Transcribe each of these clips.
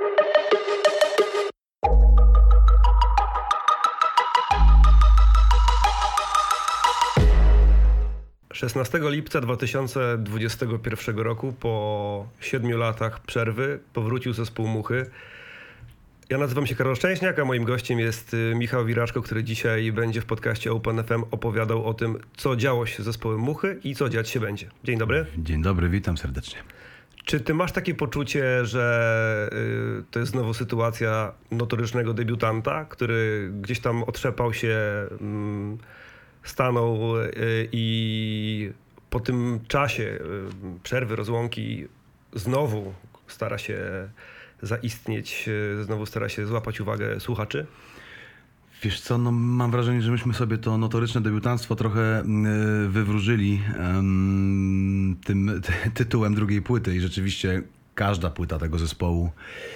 Szesnastego lipca 2021 roku, po 7 latach przerwy, powrócił zespół Muchy. Ja nazywam się Karol Szczęśniak, a moim gościem jest Michał Wiraczko, który dzisiaj będzie w podcaście Open FM opowiadał o tym, co działo się z zespołem Muchy i co dziać się będzie. Dzień dobry. Dzień dobry, witam serdecznie. Czy ty masz takie poczucie, że to jest znowu sytuacja notorycznego debiutanta, który gdzieś tam otrzepał się, stanął i po tym czasie przerwy, rozłąki znowu stara się zaistnieć, znowu stara się złapać uwagę słuchaczy? Wiesz co, no mam wrażenie, że myśmy sobie to notoryczne debiutanstwo trochę wywróżyli tym tytułem drugiej płyty i rzeczywiście każda płyta tego zespołu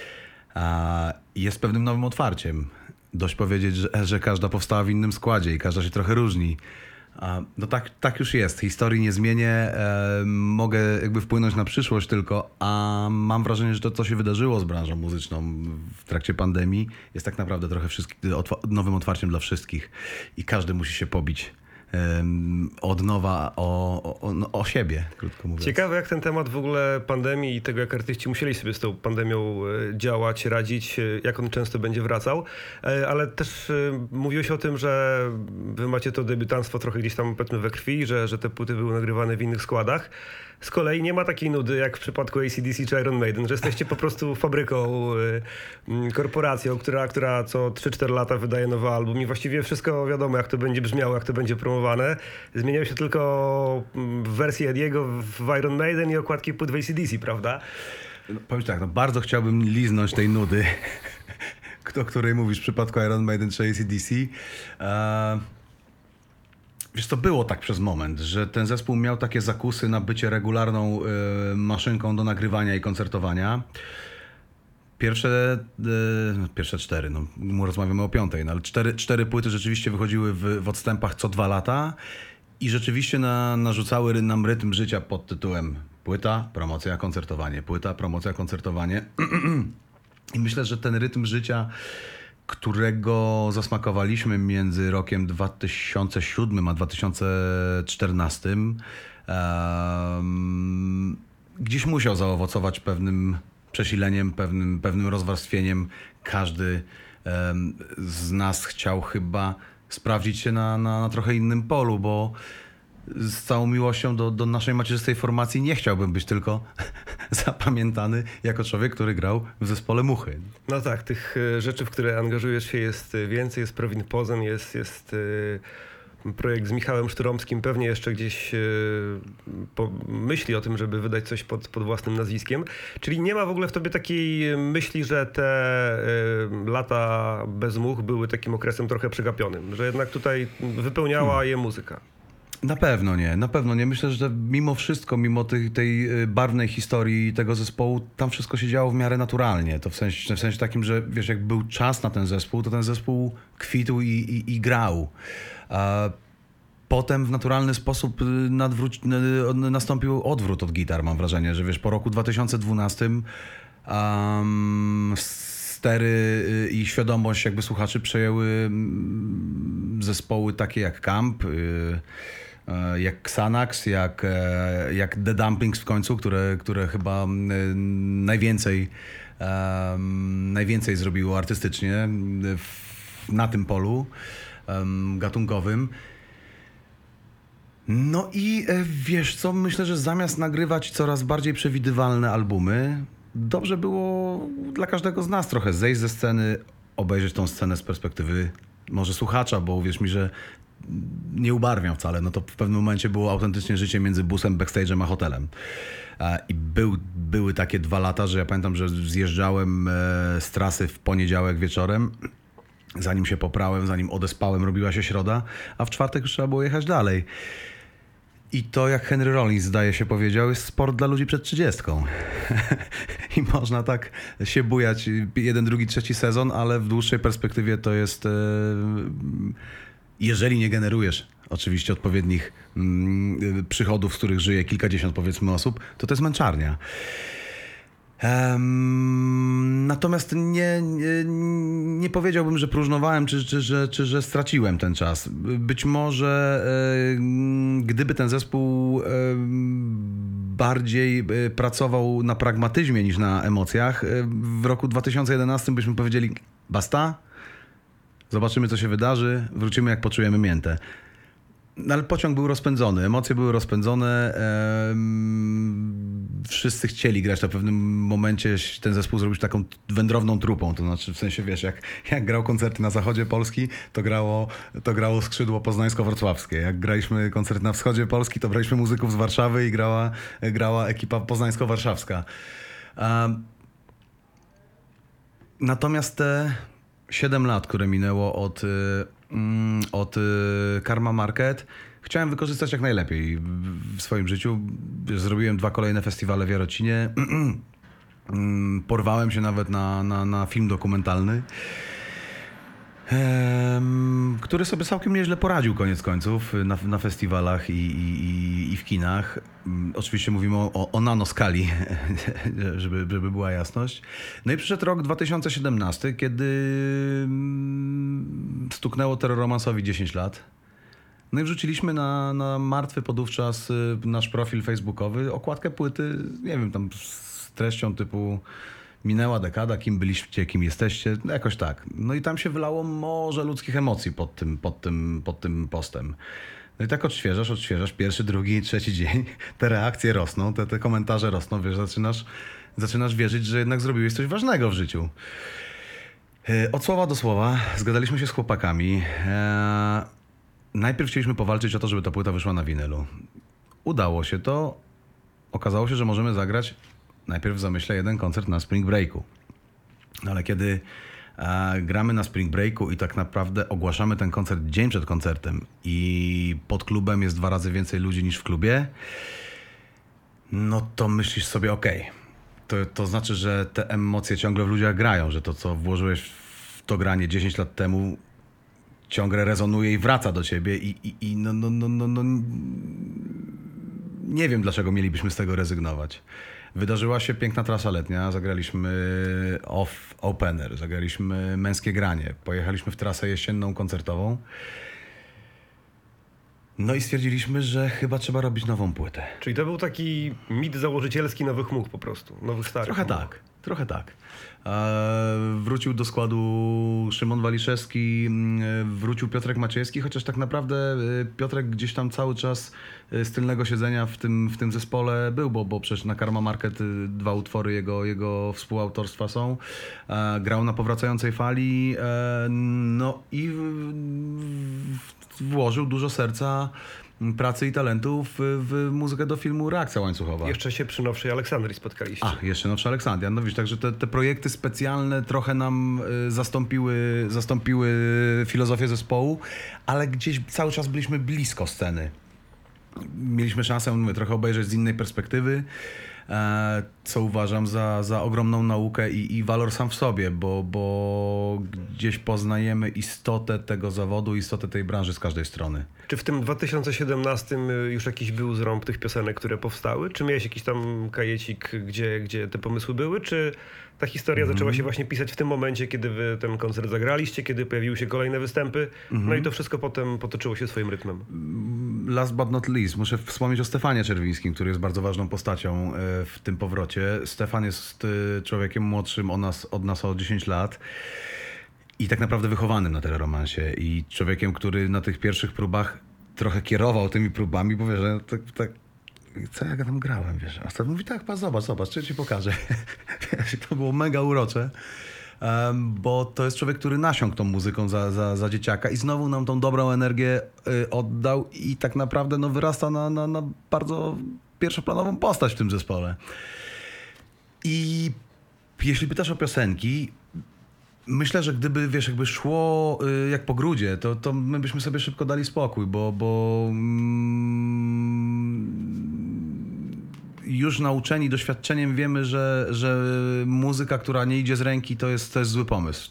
jest pewnym nowym otwarciem. Dość powiedzieć, że każda powstała w innym składzie i każda się trochę różni. No tak już jest. Historii nie zmienię. Mogę jakby wpłynąć na przyszłość tylko, a mam wrażenie, że to, co się wydarzyło z branżą muzyczną w trakcie pandemii, jest tak naprawdę trochę nowym otwarciem dla wszystkich i każdy musi się pobić od nowa o siebie, krótko mówiąc. Ciekawe, jak ten temat w ogóle pandemii i tego, jak artyści musieli sobie z tą pandemią działać, radzić, jak on często będzie wracał, ale też mówiłeś o tym, że wy macie to debiutanstwo trochę gdzieś tam powiedzmy we krwi, że te płyty były nagrywane w innych składach. Z kolei nie ma takiej nudy jak w przypadku AC/DC czy Iron Maiden, że jesteście po prostu fabryką, korporacją, która co 3-4 lata wydaje nowy album i właściwie wszystko wiadomo, jak to będzie brzmiało, jak to będzie promowane. Zmieniają się tylko wersje Ediego w Iron Maiden i okładki płyt w AC/DC, prawda? No, powiem tak, no bardzo chciałbym liznąć tej nudy, o której mówisz w przypadku Iron Maiden czy AC/DC. Wiesz, to było tak przez moment, że ten zespół miał takie zakusy na bycie regularną maszynką do nagrywania i koncertowania. Pierwsze 4, no rozmawiamy o 5, no ale 4 płyty rzeczywiście wychodziły w odstępach co 2 lata i rzeczywiście narzucały nam rytm życia pod tytułem płyta, promocja, koncertowanie, płyta, promocja, koncertowanie. I myślę, że ten rytm życia, którego zasmakowaliśmy między rokiem 2007 a 2014, gdzieś musiał zaowocować pewnym przesileniem, pewnym rozwarstwieniem. Każdy z nas chciał chyba sprawdzić się na trochę innym polu, bo z całą miłością do naszej macierzystej formacji nie chciałbym być tylko zapamiętany jako człowiek, który grał w zespole Muchy. No tak, tych rzeczy, w które angażujesz się jest więcej, jest Prowin Pozen, jest projekt z Michałem Szturomskim, pewnie jeszcze gdzieś myśli o tym, żeby wydać coś pod własnym nazwiskiem. Czyli nie ma w ogóle w tobie takiej myśli, że te lata bez Much były takim okresem trochę przegapionym, że jednak tutaj wypełniała je muzyka. Na pewno nie. Myślę, że mimo wszystko, mimo tej barwnej historii tego zespołu, tam wszystko się działo w miarę naturalnie. To w sensie takim, że wiesz, jak był czas na ten zespół, to ten zespół kwitł i grał. Potem w naturalny sposób nastąpił odwrót od gitar, mam wrażenie, że wiesz, po roku 2012 stery i świadomość jakby słuchaczy przejęły zespoły takie jak Camp, jak Xanax, jak The Dumplings w końcu, które chyba najwięcej zrobiło artystycznie na tym polu gatunkowym. No i wiesz co, myślę, że zamiast nagrywać coraz bardziej przewidywalne albumy, dobrze było dla każdego z nas trochę zejść ze sceny, obejrzeć tą scenę z perspektywy może słuchacza, bo uwierz mi, że nie ubarwiam wcale. No to w pewnym momencie było autentycznie życie między busem, backstage'em a hotelem. I były takie 2 lata, że ja pamiętam, że zjeżdżałem z trasy w poniedziałek wieczorem, zanim się poprałem, zanim odespałem, robiła się środa, a w czwartek już trzeba było jechać dalej. I to, jak Henry Rollins, zdaje się, powiedział, jest sport dla ludzi przed 30. I można tak się bujać 1, 2, 3 sezon, ale w dłuższej perspektywie to jest, jeżeli nie generujesz oczywiście odpowiednich przychodów, z których żyje kilkadziesiąt powiedzmy osób, to jest męczarnia. Natomiast nie powiedziałbym, że próżnowałem, czy że straciłem ten czas. Być może gdyby ten zespół bardziej pracował na pragmatyzmie niż na emocjach, w roku 2011 byśmy powiedzieli basta, zobaczymy co się wydarzy, wrócimy jak poczujemy miętę. No, ale pociąg był rozpędzony, emocje były rozpędzone, wszyscy chcieli grać. Na pewnym momencie ten zespół zrobić taką wędrowną trupą, to znaczy w sensie wiesz, jak grał koncerty na zachodzie Polski, to grało skrzydło poznańsko-wrocławskie. Jak graliśmy koncerty na wschodzie Polski, to braliśmy muzyków z Warszawy i grała ekipa poznańsko-warszawska. Natomiast te 7 lat, które minęło od Karma Market, chciałem wykorzystać jak najlepiej w swoim życiu. Zrobiłem 2 kolejne festiwale w Jarocinie. Porwałem się nawet na film dokumentalny, który sobie całkiem nieźle poradził koniec końców na festiwalach i w kinach. Oczywiście mówimy o nanoskali, żeby była jasność. No i przyszedł rok 2017, kiedy stuknęło Terroromance'owi 10 lat. No i wrzuciliśmy na martwy podówczas nasz profil facebookowy okładkę płyty, nie wiem, tam z treścią typu minęła dekada, kim byliście, kim jesteście, no jakoś tak. No i tam się wylało morze ludzkich emocji pod tym postem. No i tak odświeżasz, pierwszy, drugi, trzeci dzień, te reakcje rosną, te komentarze rosną, wiesz, zaczynasz wierzyć, że jednak zrobiłeś coś ważnego w życiu. Od słowa do słowa zgadaliśmy się z chłopakami. Najpierw chcieliśmy powalczyć o to, żeby ta płyta wyszła na winylu. Udało się to. Okazało się, że możemy zagrać najpierw w zamyśle jeden koncert na Spring Breaku. No ale kiedy gramy na Spring Breaku i tak naprawdę ogłaszamy ten koncert dzień przed koncertem i pod klubem jest 2 razy więcej ludzi niż w klubie, no to myślisz sobie okej. To znaczy, że te emocje ciągle w ludziach grają, że to, co włożyłeś w to granie 10 lat temu, ciągle rezonuje i wraca do ciebie i nie wiem, dlaczego mielibyśmy z tego rezygnować. Wydarzyła się piękna trasa letnia, zagraliśmy opener, zagraliśmy męskie granie, pojechaliśmy w trasę jesienną koncertową. No i stwierdziliśmy, że chyba trzeba robić nową płytę. Czyli to był taki mit założycielski Nowych Much po prostu, Nowych Starych. Trochę tak. Wrócił do składu Szymon Waliszewski, wrócił Piotrek Maciejewski, chociaż tak naprawdę Piotrek gdzieś tam cały czas z tylnego siedzenia w tym zespole był, bo przecież na Karma Market 2 utwory jego współautorstwa są. Grał na Powracającej Fali, no i włożył dużo serca, pracy i talentu w muzykę do filmu Reakcja Łańcuchowa. Jeszcze się przy Nowszej Aleksandrii spotkaliście. Jeszcze Nowsza Aleksandria. No widzisz, także te projekty specjalne trochę nam zastąpiły filozofię zespołu, ale gdzieś cały czas byliśmy blisko sceny. Mieliśmy szansę, trochę obejrzeć z innej perspektywy, co uważam za ogromną naukę i walor sam w sobie, bo gdzieś poznajemy istotę tego zawodu, istotę tej branży z każdej strony. Czy w tym 2017 już jakiś był zrąb tych piosenek, które powstały? Czy miałeś jakiś tam kajecik, gdzie te pomysły były? Czy ta historia zaczęła się właśnie pisać w tym momencie, kiedy wy ten koncert zagraliście, kiedy pojawiły się kolejne występy? No i to wszystko potem potoczyło się swoim rytmem. Last but not least, muszę wspomnieć o Stefanie Czerwińskim, który jest bardzo ważną postacią w tym powrocie. Stefan jest człowiekiem młodszym od nas o 10 lat i tak naprawdę wychowanym na Terroromancie i człowiekiem, który na tych pierwszych próbach trochę kierował tymi próbami, bo wiesz, że tak co ja tam grałem, wiesz. A Stefan mówi, tak, zobacz, czy ci pokażę. To było mega urocze. Bo to jest człowiek, który nasiąkł tą muzyką za dzieciaka i znowu nam tą dobrą energię oddał i tak naprawdę no, wyrasta na bardzo pierwszoplanową postać w tym zespole. I jeśli pytasz o piosenki, myślę, że gdyby, wiesz, jakby szło jak po grudzie, to my byśmy sobie szybko dali spokój, bo już nauczeni doświadczeniem wiemy, że muzyka, która nie idzie z ręki, to jest zły pomysł.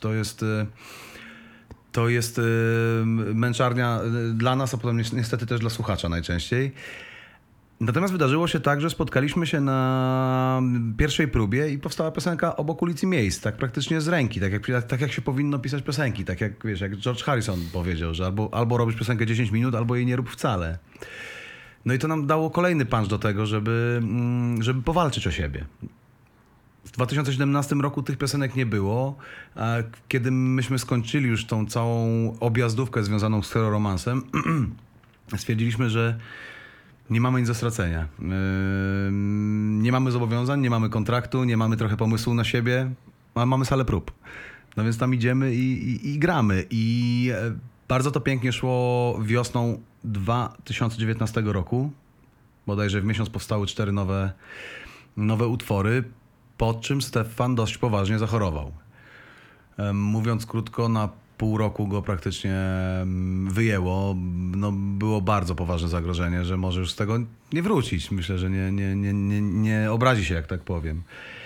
To jest męczarnia dla nas, a potem niestety też dla słuchacza najczęściej. Natomiast wydarzyło się tak, że spotkaliśmy się na pierwszej próbie i powstała piosenka Obok ulicy Miejsc, tak praktycznie z ręki, tak jak się powinno pisać piosenki, tak jak, wiesz, jak George Harrison powiedział, że albo robisz piosenkę 10 minut, albo jej nie rób wcale. No i to nam dało kolejny punch do tego, żeby powalczyć o siebie. W 2017 roku tych piosenek nie było, a kiedy myśmy skończyli już tą całą objazdówkę związaną z romansem, stwierdziliśmy, że nie mamy nic do stracenia. Nie mamy zobowiązań, nie mamy kontraktu, nie mamy trochę pomysłu na siebie, a mamy salę prób. No więc tam idziemy i gramy. I bardzo to pięknie szło wiosną 2019 roku. Bodajże w miesiąc powstały 4 nowe utwory, po czym Stefan dość poważnie zachorował. Mówiąc krótko, na pół roku go praktycznie wyjęło. No, było bardzo poważne zagrożenie, że może już z tego nie wrócić. Myślę, że nie obrazi się, jak tak powiem.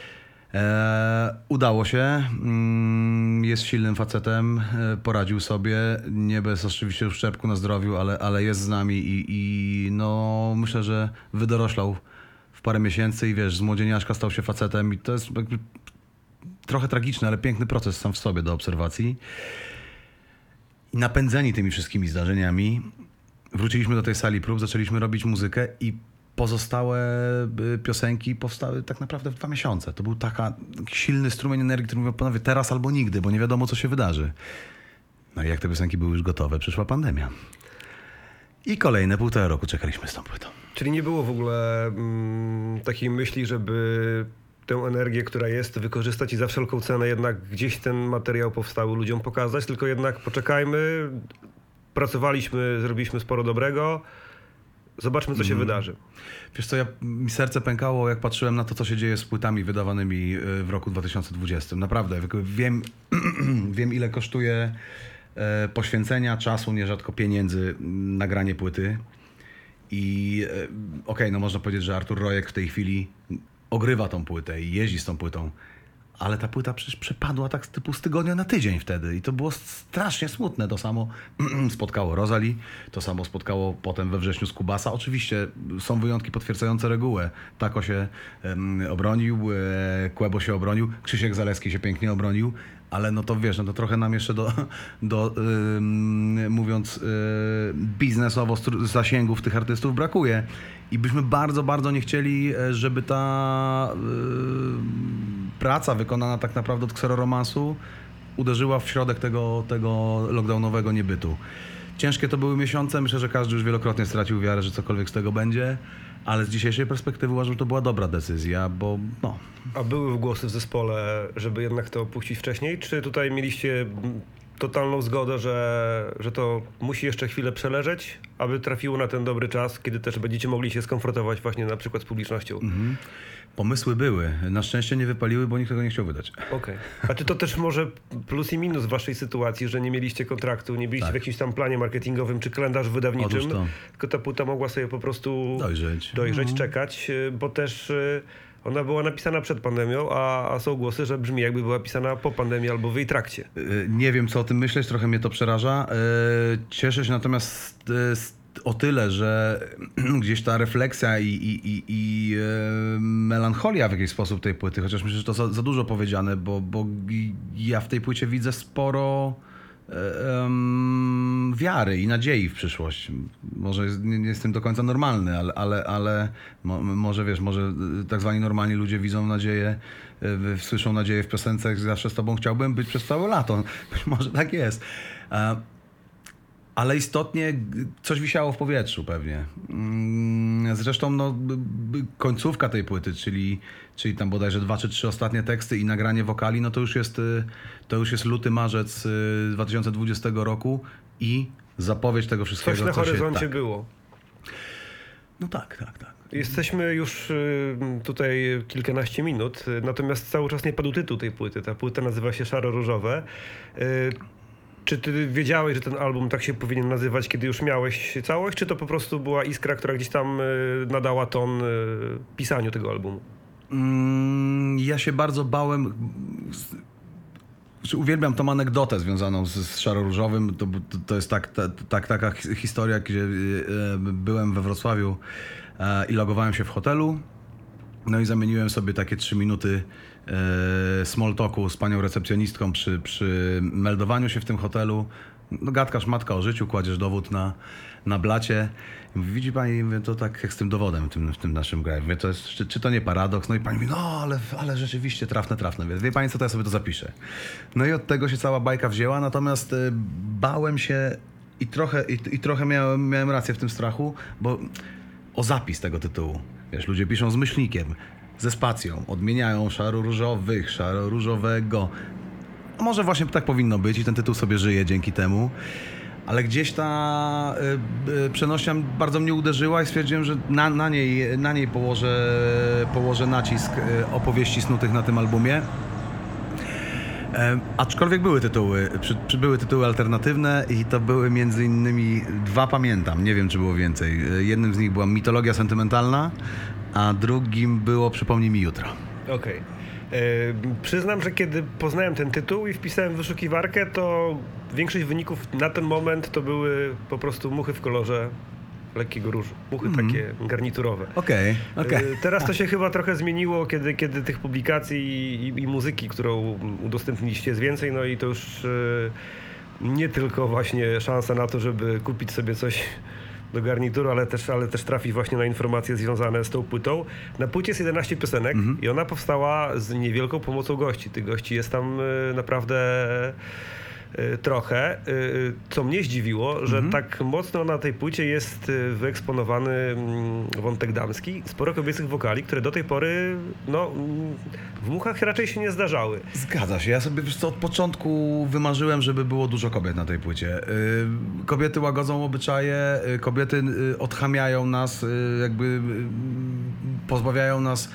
Udało się. Jest silnym facetem. Poradził sobie. Nie bez oczywiście uszczerbku na zdrowiu, ale jest z nami i no, myślę, że wydoroślał w parę miesięcy i wiesz, z młodzieniaszka stał się facetem i to jest jakby trochę tragiczny, ale piękny proces sam w sobie do obserwacji. I napędzeni tymi wszystkimi zdarzeniami wróciliśmy do tej sali prób, zaczęliśmy robić muzykę i pozostałe piosenki powstały tak naprawdę w 2 miesiące. To był taki silny strumień energii, który mówił, panowie, teraz albo nigdy, bo nie wiadomo, co się wydarzy. No i jak te piosenki były już gotowe, przyszła pandemia. I kolejne 1,5 roku czekaliśmy z tą płytą. Czyli nie było w ogóle takiej myśli, żeby tę energię, która jest, wykorzystać i za wszelką cenę jednak gdzieś ten materiał powstały ludziom pokazać, tylko jednak poczekajmy, pracowaliśmy, zrobiliśmy sporo dobrego, zobaczmy, co się wydarzy. Wiesz co, mi serce pękało, jak patrzyłem na to, co się dzieje z płytami wydawanymi w roku 2020. Naprawdę, wiem, wiem ile kosztuje poświęcenia, czasu, nierzadko pieniędzy nagranie płyty. I okej, no można powiedzieć, że Artur Rojek w tej chwili ogrywa tą płytę i jeździ z tą płytą, ale ta płyta przecież przepadła tak typu z tygodnia na tydzień wtedy i to było strasznie smutne. To samo spotkało Rosalie, to samo spotkało potem we wrześniu Skubasa. Oczywiście są wyjątki potwierdzające regułę. Tako się obronił, Kłebo się obronił, Krzysiek Zaleski się pięknie obronił, ale no to wiesz, no to trochę nam jeszcze mówiąc biznesowo zasięgów tych artystów brakuje. I byśmy bardzo, bardzo nie chcieli, żeby ta praca wykonana tak naprawdę od Xeroromansu uderzyła w środek tego lockdownowego niebytu. Ciężkie to były miesiące, myślę, że każdy już wielokrotnie stracił wiarę, że cokolwiek z tego będzie, ale z dzisiejszej perspektywy uważam, że to była dobra decyzja, bo no. A były głosy w zespole, żeby jednak to opuścić wcześniej? Czy tutaj mieliście totalną zgodę, że to musi jeszcze chwilę przeleżeć, aby trafiło na ten dobry czas, kiedy też będziecie mogli się skonfrontować właśnie na przykład z publicznością? Mhm. Pomysły były. Na szczęście nie wypaliły, bo nikt tego nie chciał wydać. Okej. A czy to też może plus i minus waszej sytuacji, że nie mieliście kontraktu, nie byliście Tak. w jakimś tam planie marketingowym czy kalendarzu wydawniczym, Otóż to. tylko ta płyta mogła sobie po prostu Dojrzeć. czekać, bo też ona była napisana przed pandemią, a są głosy, że brzmi jakby była pisana po pandemii albo w jej trakcie. Nie wiem, co o tym myśleć, trochę mnie to przeraża. Cieszę się natomiast o tyle, że gdzieś ta refleksja i melancholia w jakiś sposób tej płyty, chociaż myślę, że to za dużo powiedziane, bo ja w tej płycie widzę sporo wiary i nadziei w przyszłość. Może nie jestem do końca normalny, ale może wiesz, może tak zwani normalni ludzie widzą nadzieję, słyszą nadzieję w piosence, zawsze z tobą chciałbym być przez całe lato. Być może tak jest. Ale istotnie coś wisiało w powietrzu pewnie. Zresztą no, końcówka tej płyty, czyli tam bodajże 2 czy 3 ostatnie teksty i nagranie wokali, no to już jest luty, marzec 2020 roku i zapowiedź tego wszystkiego. Coś na horyzoncie tak. było. No tak. Jesteśmy już tutaj kilkanaście minut, natomiast cały czas nie padł tytuł tej płyty. Ta płyta nazywa się Szaro-Różowe. Czy ty wiedziałeś, że ten album tak się powinien nazywać, kiedy już miałeś całość, czy to po prostu była iskra, która gdzieś tam nadała ton pisaniu tego albumu? Ja się bardzo bałem Uwielbiam tą anegdotę związaną z Szaro-Różowym. To jest taka historia, gdzie byłem we Wrocławiu i logowałem się w hotelu. No i zamieniłem sobie takie 3 minuty small talku z panią recepcjonistką przy meldowaniu się w tym hotelu. No, gadka szmatka o życiu, kładziesz dowód na blacie. I mówi, widzi pani, mówię, to tak jak z tym dowodem w tym naszym kraju. Mówię, to jest, czy to nie paradoks? No i pani mówi, no ale rzeczywiście trafne. Mówię, wie pani co, to ja sobie to zapiszę. No i od tego się cała bajka wzięła, natomiast bałem się i trochę miałem rację w tym strachu, bo o zapis tego tytułu. Wiesz, ludzie piszą z myślnikiem, ze spacją, odmieniają Szaro-Różowych, Szaro-Różowego. A może właśnie tak powinno być i ten tytuł sobie żyje dzięki temu. Ale gdzieś ta przenośnia bardzo mnie uderzyła i stwierdziłem, że na niej położę nacisk opowieści snutych na tym albumie. Aczkolwiek były tytuły alternatywne i to były między innymi 2, pamiętam, nie wiem czy było więcej. Jednym z nich była Mitologia sentymentalna, a drugim było Przypomnij mi jutro. Okej. Przyznam, że kiedy poznałem ten tytuł i wpisałem w wyszukiwarkę, to większość wyników na ten moment to były po prostu muchy w kolorze lekkiego różu. Muchy takie garniturowe. Okej. Teraz to się chyba trochę zmieniło, kiedy tych publikacji i muzyki, którą udostępniliście jest więcej, no i to już nie tylko właśnie szansa na to, żeby kupić sobie coś do garnituru, ale też trafić właśnie na informacje związane z tą płytą. Na płycie jest 11 piosenek i ona powstała z niewielką pomocą gości. Tych gości jest tam naprawdę trochę. Co mnie zdziwiło, że tak mocno na tej płycie jest wyeksponowany wątek damski. Sporo kobiecych wokali, które do tej pory w muchach raczej się nie zdarzały. Zgadza się. Ja sobie od początku wymarzyłem, żeby było dużo kobiet na tej płycie. Kobiety łagodzą obyczaje, kobiety odchamiają nas, jakby pozbawiają nas,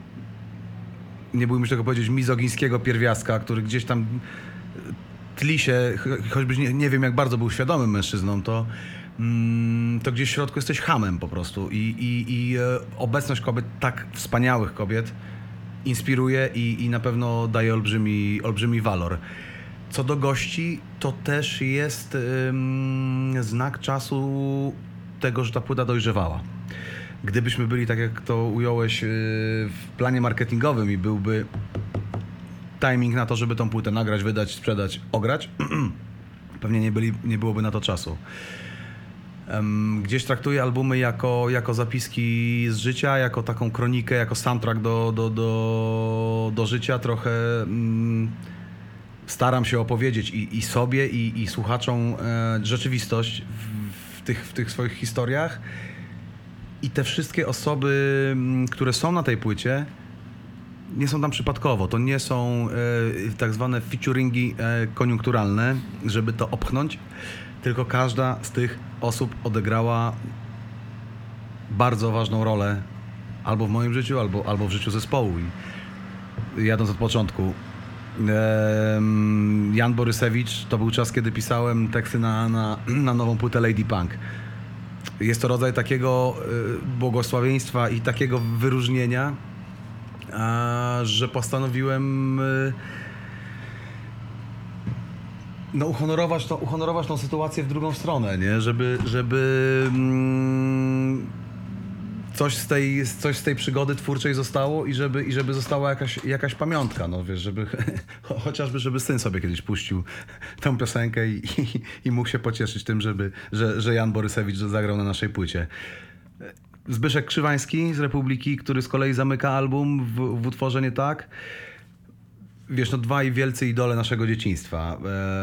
nie bójmy się tego powiedzieć, mizogińskiego pierwiastka, który gdzieś tam tli się, choćbyś nie wiem jak bardzo był świadomym mężczyzną, to gdzieś w środku jesteś chamem po prostu i obecność kobiet, tak wspaniałych kobiet, inspiruje i na pewno daje olbrzymi walor. Co do gości, to też jest znak czasu tego, że ta płyta dojrzewała. Gdybyśmy byli, tak jak to ująłeś, w planie marketingowym i byłby timing na to, żeby tą płytę nagrać, wydać, sprzedać, ograć, pewnie nie byłoby na to czasu. Gdzieś traktuję albumy jako zapiski z życia, jako taką kronikę, jako soundtrack do życia. Trochę staram się opowiedzieć i sobie, i słuchaczom rzeczywistość w tych swoich historiach. I te wszystkie osoby, które są na tej płycie, nie są tam przypadkowo. To nie są tak zwane featuringi koniunkturalne, żeby to opchnąć, tylko każda z tych osób odegrała bardzo ważną rolę albo w moim życiu, albo w życiu zespołu. I jadąc od początku, Jan Borysewicz, to był czas, kiedy pisałem teksty na nową płytę Lady Punk. Jest to rodzaj takiego błogosławieństwa i takiego wyróżnienia, że postanowiłem uhonorować tą sytuację w drugą stronę, nie? Żeby coś z tej przygody twórczej zostało i żeby została jakaś pamiątka, no wiesz, chociażby żeby syn sobie kiedyś puścił tę piosenkę i mógł się pocieszyć tym, że Jan Borysewicz zagrał na naszej płycie. Zbyszek Krzywański z Republiki, który z kolei zamyka album w utworze Nie tak. Wiesz, dwaj wielcy idole naszego dzieciństwa.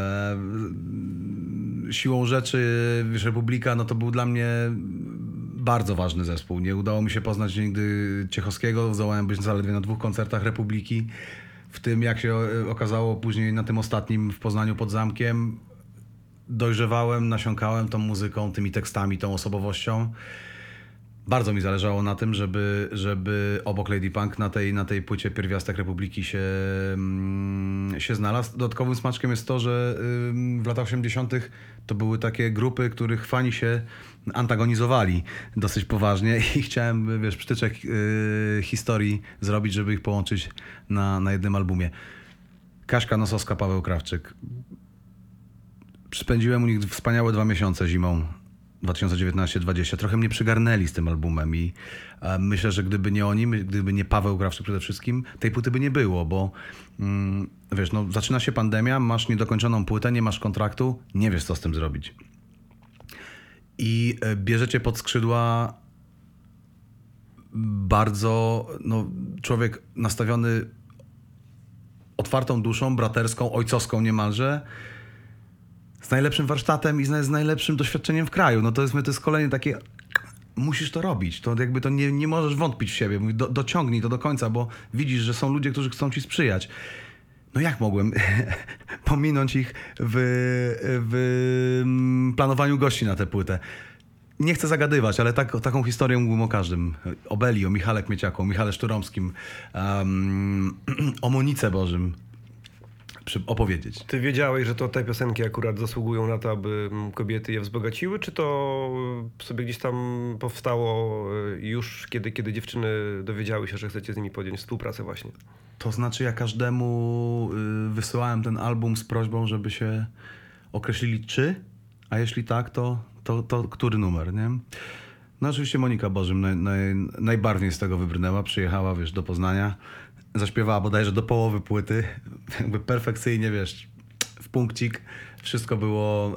Siłą rzeczy, wiesz, Republika, to był dla mnie bardzo ważny zespół. Nie udało mi się poznać nigdy Ciechowskiego. Zdołałem być zaledwie na 2 koncertach Republiki. W tym, jak się okazało później na tym ostatnim w Poznaniu pod Zamkiem, dojrzewałem, nasiąkałem tą muzyką, tymi tekstami, tą osobowością. Bardzo mi zależało na tym, żeby obok Lady Punk na tej płycie pierwiastek Republiki się znalazł. Dodatkowym smaczkiem jest to, że w latach 80. to były takie grupy, których fani się antagonizowali dosyć poważnie i chciałem, wiesz, przytyczek historii zrobić, żeby ich połączyć na jednym albumie. Kaśka Nosowska, Paweł Krawczyk. Spędziłem u nich wspaniałe 2 miesiące zimą 2019-2020. Trochę mnie przygarnęli z tym albumem i myślę, że gdyby nie oni, gdyby nie Paweł Krawczyk przede wszystkim, tej płyty by nie było, bo wiesz, no, zaczyna się pandemia, masz niedokończoną płytę, nie masz kontraktu, nie wiesz co z tym zrobić. I bierzecie pod skrzydła bardzo, no, człowiek nastawiony otwartą duszą, braterską, ojcowską niemalże, z najlepszym warsztatem i z najlepszym doświadczeniem w kraju. No to jest kolejne takie, musisz to robić. To jakby to nie możesz wątpić w siebie. Mówi, dociągnij to do końca, bo widzisz, że są ludzie, którzy chcą ci sprzyjać. No jak mogłem pominąć ich w planowaniu gości na tę płytę? Nie chcę zagadywać, ale taką historię mógłbym o każdym. O Beli, o Michale Kmieciaku, o Michale Szturomskim, o Monice Bożym opowiedzieć. Ty wiedziałeś, że to te piosenki akurat zasługują na to, aby kobiety je wzbogaciły, czy to sobie gdzieś tam powstało już, kiedy dziewczyny dowiedziały się, że chcecie z nimi podjąć współpracę właśnie? To znaczy ja każdemu wysyłałem ten album z prośbą, żeby się określili czy, a jeśli tak, to który numer, nie? No oczywiście Monika Bożym najbardziej z tego wybrnęła, przyjechała, wiesz, do Poznania, zaśpiewała bodajże do połowy płyty, jakby perfekcyjnie, wiesz, w punkcik, wszystko było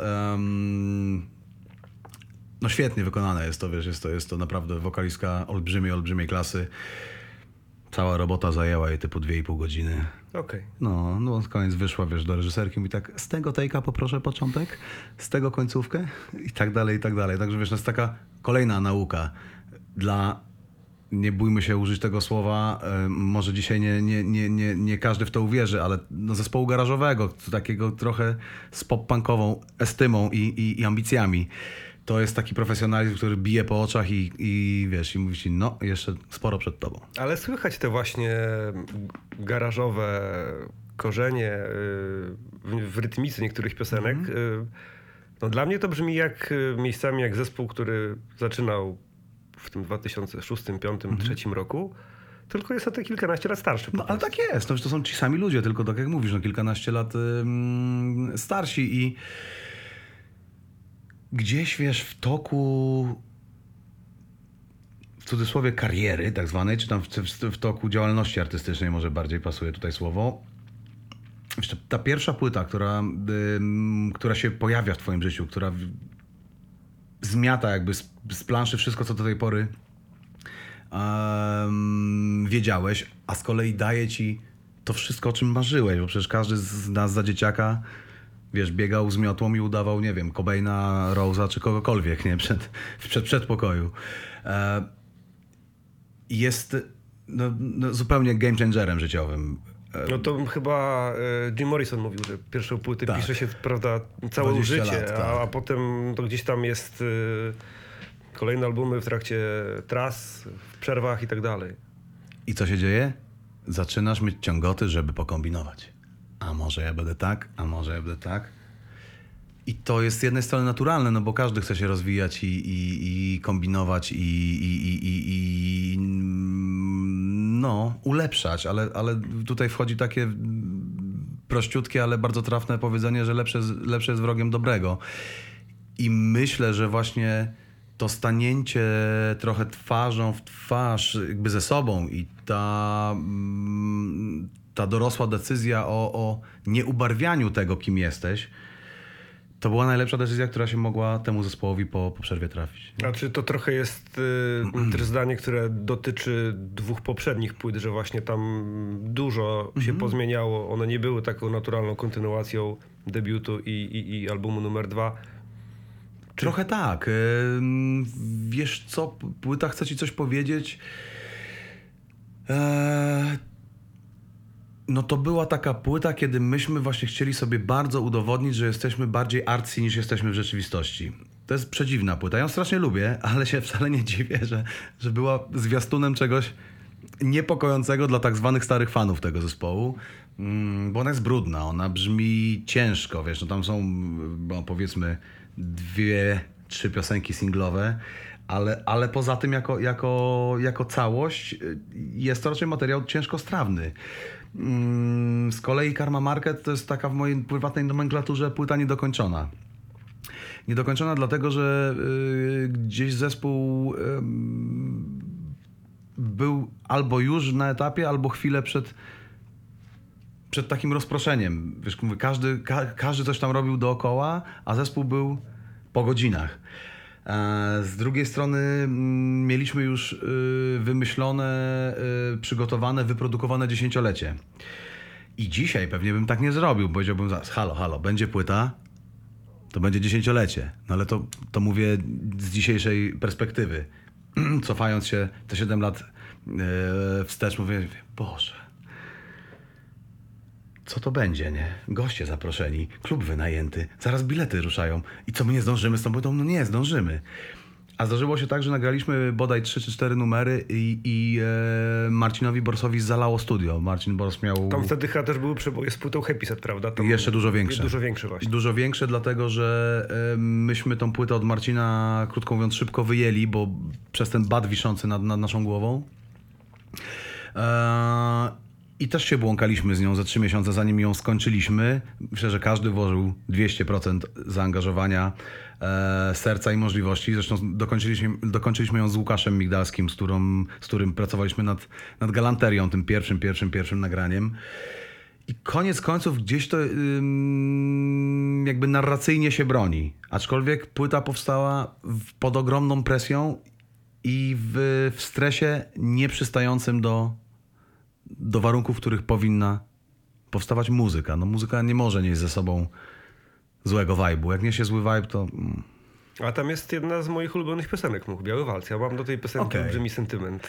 no świetnie wykonane jest to, wiesz, jest to naprawdę wokalistka olbrzymiej klasy. Cała robota zajęła jej typu 2,5 godziny. Okej. No, na koniec wyszła, wiesz, do reżyserki i tak, z tego take'a poproszę początek, z tego końcówkę i tak dalej, i tak dalej. Także wiesz, to jest taka kolejna nauka dla, nie bójmy się użyć tego słowa, może dzisiaj nie każdy w to uwierzy, ale no, zespołu garażowego, takiego trochę z pop-punkową estymą i ambicjami. To jest taki profesjonalizm, który bije po oczach i wiesz, i mówi ci, no, jeszcze sporo przed tobą. Ale słychać te właśnie garażowe korzenie w rytmice niektórych piosenek. No, dla mnie to brzmi jak miejscami jak zespół, który zaczynał w tym 2006, 2005, 2003 roku, tylko jest o te kilkanaście lat starszy. No ale tak jest, to są ci sami ludzie, tylko tak jak mówisz, no kilkanaście lat starsi i gdzieś, wiesz, w toku, w cudzysłowie, kariery tak zwanej, czy tam w toku działalności artystycznej, może bardziej pasuje tutaj słowo. Jeszcze ta pierwsza płyta, która się pojawia w twoim życiu, która zmiata jakby z planszy wszystko, co do tej pory wiedziałeś, a z kolei daje ci to wszystko, o czym marzyłeś, bo przecież każdy z nas za dzieciaka, wiesz, biegał z miotłą i udawał, nie wiem, Cobaina, Rose'a czy kogokolwiek, nie? W przedpokoju. Jest no, zupełnie game changerem życiowym. No to chyba Jim Morrison mówił, że pierwszą płytę Tak. pisze się, prawda, całe życie, lat, tak. a potem to gdzieś tam jest kolejne albumy w trakcie tras, w przerwach i tak dalej. I co się dzieje? Zaczynasz mieć ciągoty, żeby pokombinować. A może ja będę tak, a może ja będę tak. I to jest z jednej strony naturalne, no bo każdy chce się rozwijać i kombinować i no, ulepszać, ale tutaj wchodzi takie prościutkie, ale bardzo trafne powiedzenie, że lepsze jest wrogiem dobrego. I myślę, że właśnie to stanięcie trochę twarzą w twarz jakby ze sobą i ta dorosła decyzja o nieubarwianiu tego, kim jesteś, to była najlepsza decyzja, która się mogła temu zespołowi po przerwie trafić. A czy to trochę jest też zdanie, które dotyczy dwóch poprzednich płyt, że właśnie tam dużo się pozmieniało, one nie były taką naturalną kontynuacją debiutu i albumu numer 2? Trochę tak. Wiesz co, płyta chce ci coś powiedzieć. No to była taka płyta, kiedy myśmy właśnie chcieli sobie bardzo udowodnić, że jesteśmy bardziej artsy niż jesteśmy w rzeczywistości. To jest przedziwna płyta. Ja ją strasznie lubię, ale się wcale nie dziwię, że była zwiastunem czegoś niepokojącego dla tak zwanych starych fanów tego zespołu. Bo ona jest brudna, ona brzmi ciężko, wiesz, no tam są, no powiedzmy, 2-3 piosenki singlowe, ale poza tym jako całość jest to raczej materiał ciężkostrawny. Z kolei Karma Market to jest taka w mojej prywatnej nomenklaturze płyta niedokończona. Niedokończona dlatego, że gdzieś zespół był albo już na etapie, albo chwilę przed takim rozproszeniem. Wiesz, mówię, każdy coś tam robił dookoła, a zespół był po godzinach. Z drugiej strony mieliśmy już wymyślone, przygotowane, wyprodukowane 10-lecie. I dzisiaj pewnie bym tak nie zrobił. Powiedziałbym zaraz, halo, będzie płyta, to będzie 10-lecie. No ale to mówię z dzisiejszej perspektywy. Cofając się te 7 lat wstecz, mówię, Boże, co to będzie, nie? Goście zaproszeni, klub wynajęty, zaraz bilety ruszają. I co, my nie zdążymy z tą płytą? No nie, zdążymy. A zdarzyło się tak, że nagraliśmy bodaj 3 czy 4 numery i Marcinowi Borsowi zalało studio. Marcin Bors miał... Tam wtedy chyba też były przeboje z płytą Happy Set, prawda? Tam jeszcze dużo większe. Dużo większe właśnie. Dużo większe, dlatego że myśmy tą płytę od Marcina, krótko mówiąc, szybko wyjęli, bo przez ten bat wiszący nad naszą głową. I też się błąkaliśmy z nią ze 3 miesiące, zanim ją skończyliśmy. Myślę, że każdy włożył 200% zaangażowania, serca i możliwości. Zresztą dokończyliśmy ją z Łukaszem Migdalskim, z którym pracowaliśmy nad galanterią, tym pierwszym nagraniem. I koniec końców gdzieś to jakby narracyjnie się broni. Aczkolwiek płyta powstała pod ogromną presją i w stresie nieprzystającym do warunków, w których powinna powstawać muzyka. No muzyka nie może nieść ze sobą złego vibe'u. Jak niesie zły vibe, to... A tam jest jedna z moich ulubionych piosenek, Much, Biały Walc. Ja mam do tej piosenki olbrzymi sentyment.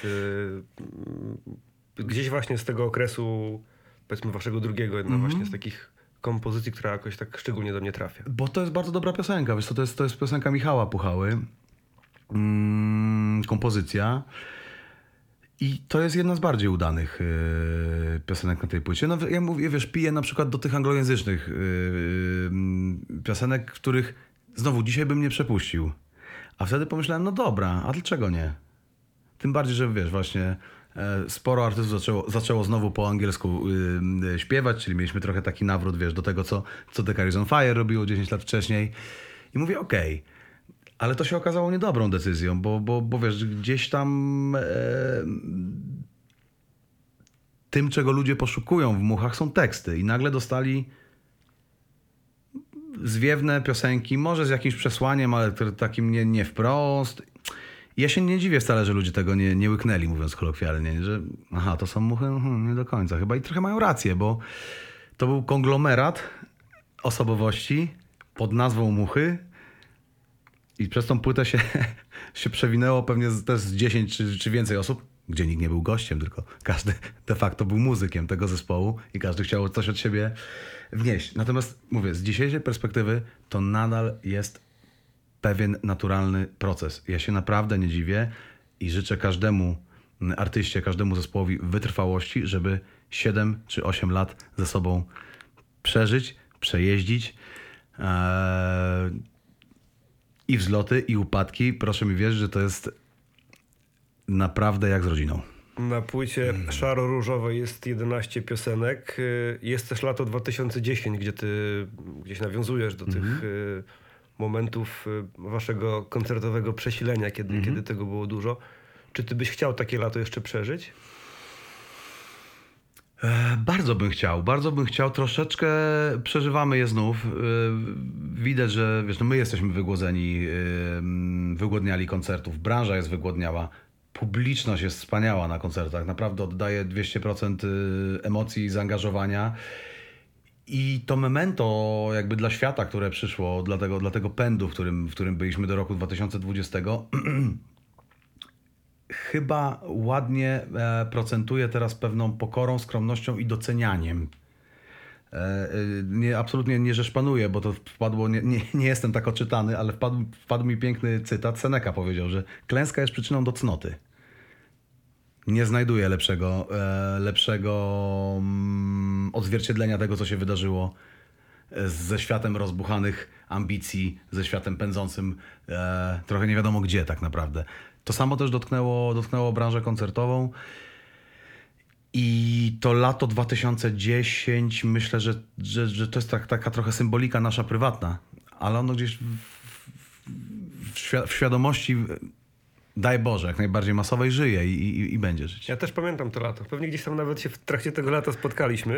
Gdzieś właśnie z tego okresu, powiedzmy waszego drugiego, jedna właśnie z takich kompozycji, która jakoś tak szczególnie do mnie trafia. Bo to jest bardzo dobra piosenka. Wiesz co, to jest piosenka Michała Puchały. Kompozycja. I to jest jedna z bardziej udanych piosenek na tej płycie. No, ja mówię, wiesz, piję na przykład do tych anglojęzycznych piosenek, których znowu dzisiaj bym nie przepuścił. A wtedy pomyślałem, no dobra, a dlaczego nie? Tym bardziej, że wiesz, właśnie sporo artystów zaczęło znowu po angielsku śpiewać, czyli mieliśmy trochę taki nawrót, wiesz, do tego, co The Carries on Fire robiło 10 lat wcześniej. I mówię, okej. Ale to się okazało niedobrą decyzją, bo wiesz, gdzieś tam tym, czego ludzie poszukują w Muchach, są teksty. I nagle dostali zwiewne piosenki, może z jakimś przesłaniem, ale takim nie wprost. I ja się nie dziwię wcale, że ludzie tego nie łyknęli, mówiąc kolokwialnie, że aha, to są Muchy, nie do końca. Chyba i trochę mają rację, bo to był konglomerat osobowości pod nazwą Muchy. I przez tą płytę się przewinęło pewnie też z 10 czy więcej osób, gdzie nikt nie był gościem, tylko każdy de facto był muzykiem tego zespołu i każdy chciał coś od siebie wnieść. Natomiast mówię, z dzisiejszej perspektywy to nadal jest pewien naturalny proces. Ja się naprawdę nie dziwię i życzę każdemu artyście, każdemu zespołowi wytrwałości, żeby 7 czy 8 lat ze sobą przeżyć, przejeździć. I wzloty, i upadki. Proszę mi wierzyć, że to jest naprawdę jak z rodziną. Na płycie szaro-różowej jest 11 piosenek. Jest też lato 2010, gdzie ty gdzieś nawiązujesz do tych momentów waszego koncertowego przesilenia, kiedy tego było dużo. Czy ty byś chciał takie lato jeszcze przeżyć? Bardzo bym chciał. Troszeczkę przeżywamy je znów. Widać, że wiesz, no my jesteśmy wygłodniali koncertów. Branża jest wygłodniała. Publiczność jest wspaniała na koncertach. Naprawdę oddaje 200% emocji i zaangażowania. I to memento jakby dla świata, które przyszło, dla tego pędu, w którym byliśmy do roku 2020, chyba ładnie procentuje teraz pewną pokorą, skromnością i docenianiem. Absolutnie nie, że szpanuję, bo to wpadło, nie jestem tak oczytany, ale wpadł mi piękny cytat. Seneca powiedział, że klęska jest przyczyną do cnoty. Nie znajduję lepszego odzwierciedlenia tego, co się wydarzyło ze światem rozbuchanych ambicji, ze światem pędzącym trochę nie wiadomo gdzie tak naprawdę. To samo też dotknęło branżę koncertową I to lato 2010, myślę, że to jest taka trochę symbolika nasza prywatna, ale ono gdzieś w świadomości, daj Boże, jak najbardziej masowej żyje i będzie żyć. Ja też pamiętam to lato. Pewnie gdzieś tam nawet się w trakcie tego lata spotkaliśmy.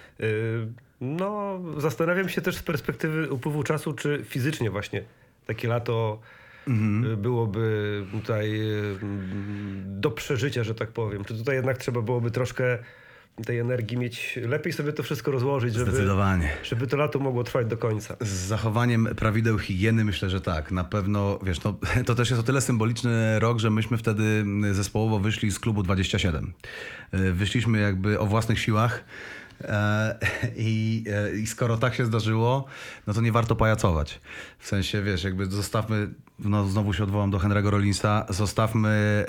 No, zastanawiam się też z perspektywy upływu czasu, czy fizycznie właśnie takie lato byłoby tutaj do przeżycia, że tak powiem. Czy tutaj jednak trzeba byłoby troszkę tej energii mieć, lepiej sobie to wszystko rozłożyć, Zdecydowanie. żeby to lato mogło trwać do końca. Z zachowaniem prawideł higieny myślę, że tak. Na pewno, wiesz, no, to też jest o tyle symboliczny rok, że myśmy wtedy zespołowo wyszli z klubu 27. Wyszliśmy jakby o własnych siłach. I skoro tak się zdarzyło, no to nie warto pajacować. W sensie, wiesz, jakby zostawmy, no znowu się odwołam do Henry'ego Rollinsa, zostawmy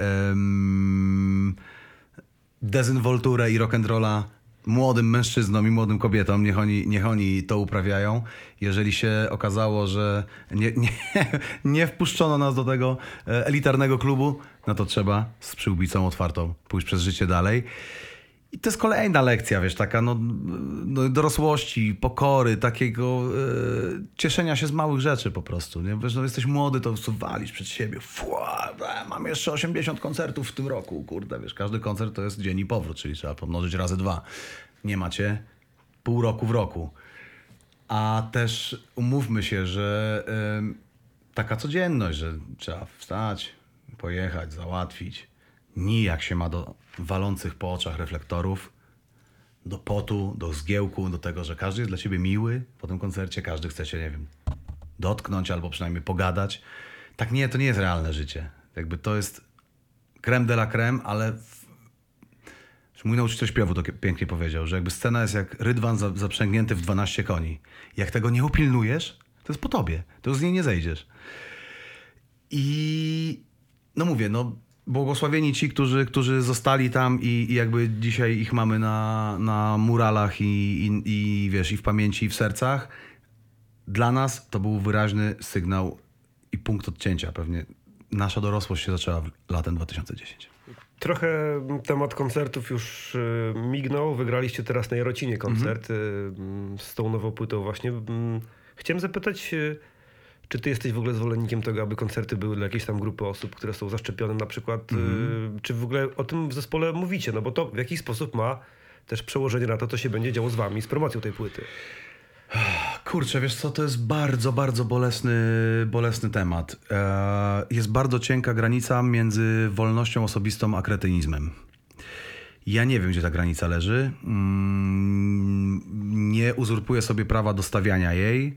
dezynwolturę i rock'n'rolla młodym mężczyznom i młodym kobietom, niech oni to uprawiają. Jeżeli się okazało, że nie wpuszczono nas do tego elitarnego klubu, no to trzeba z przyłbicą otwartą pójść przez życie dalej. I to jest kolejna lekcja, wiesz, taka no dorosłości, pokory, takiego cieszenia się z małych rzeczy po prostu. Nie? Wiesz, no jesteś młody, to walisz przed siebie. Mam jeszcze 80 koncertów w tym roku, kurde, wiesz, każdy koncert to jest dzień i powrót, czyli trzeba pomnożyć razy 2. Nie macie pół roku w roku. A też umówmy się, że taka codzienność, że trzeba wstać, pojechać, załatwić. Nijak się ma do walących po oczach reflektorów, do potu, do zgiełku, do tego, że każdy jest dla ciebie miły po tym koncercie, każdy chce cię, nie wiem, dotknąć albo przynajmniej pogadać. Tak nie, to nie jest realne życie. Jakby to jest crème de la crème, ale mój nauczyciel śpiewu to pięknie powiedział, że jakby scena jest jak rydwan zaprzęgnięty w 12 koni. Jak tego nie upilnujesz, to jest po tobie. To już z niej nie zejdziesz. I no mówię, no błogosławieni ci, którzy zostali tam i jakby dzisiaj ich mamy na muralach i wiesz, i w pamięci, i w sercach. Dla nas to był wyraźny sygnał i punkt odcięcia. Pewnie nasza dorosłość się zaczęła latem 2010. Trochę temat koncertów już mignął. Wygraliście teraz na Jarocinie koncert z tą nową płytą właśnie. Chciałem zapytać, czy ty jesteś w ogóle zwolennikiem tego, aby koncerty były dla jakiejś tam grupy osób, które są zaszczepione na przykład? Czy w ogóle o tym w zespole mówicie? No bo to w jakiś sposób ma też przełożenie na to, co się będzie działo z wami, z promocją tej płyty. Kurczę, wiesz co, to jest bardzo, bardzo bolesny temat. Jest bardzo cienka granica między wolnością osobistą a kretynizmem. Ja nie wiem, gdzie ta granica leży. Nie uzurpuję sobie prawa do stawiania jej.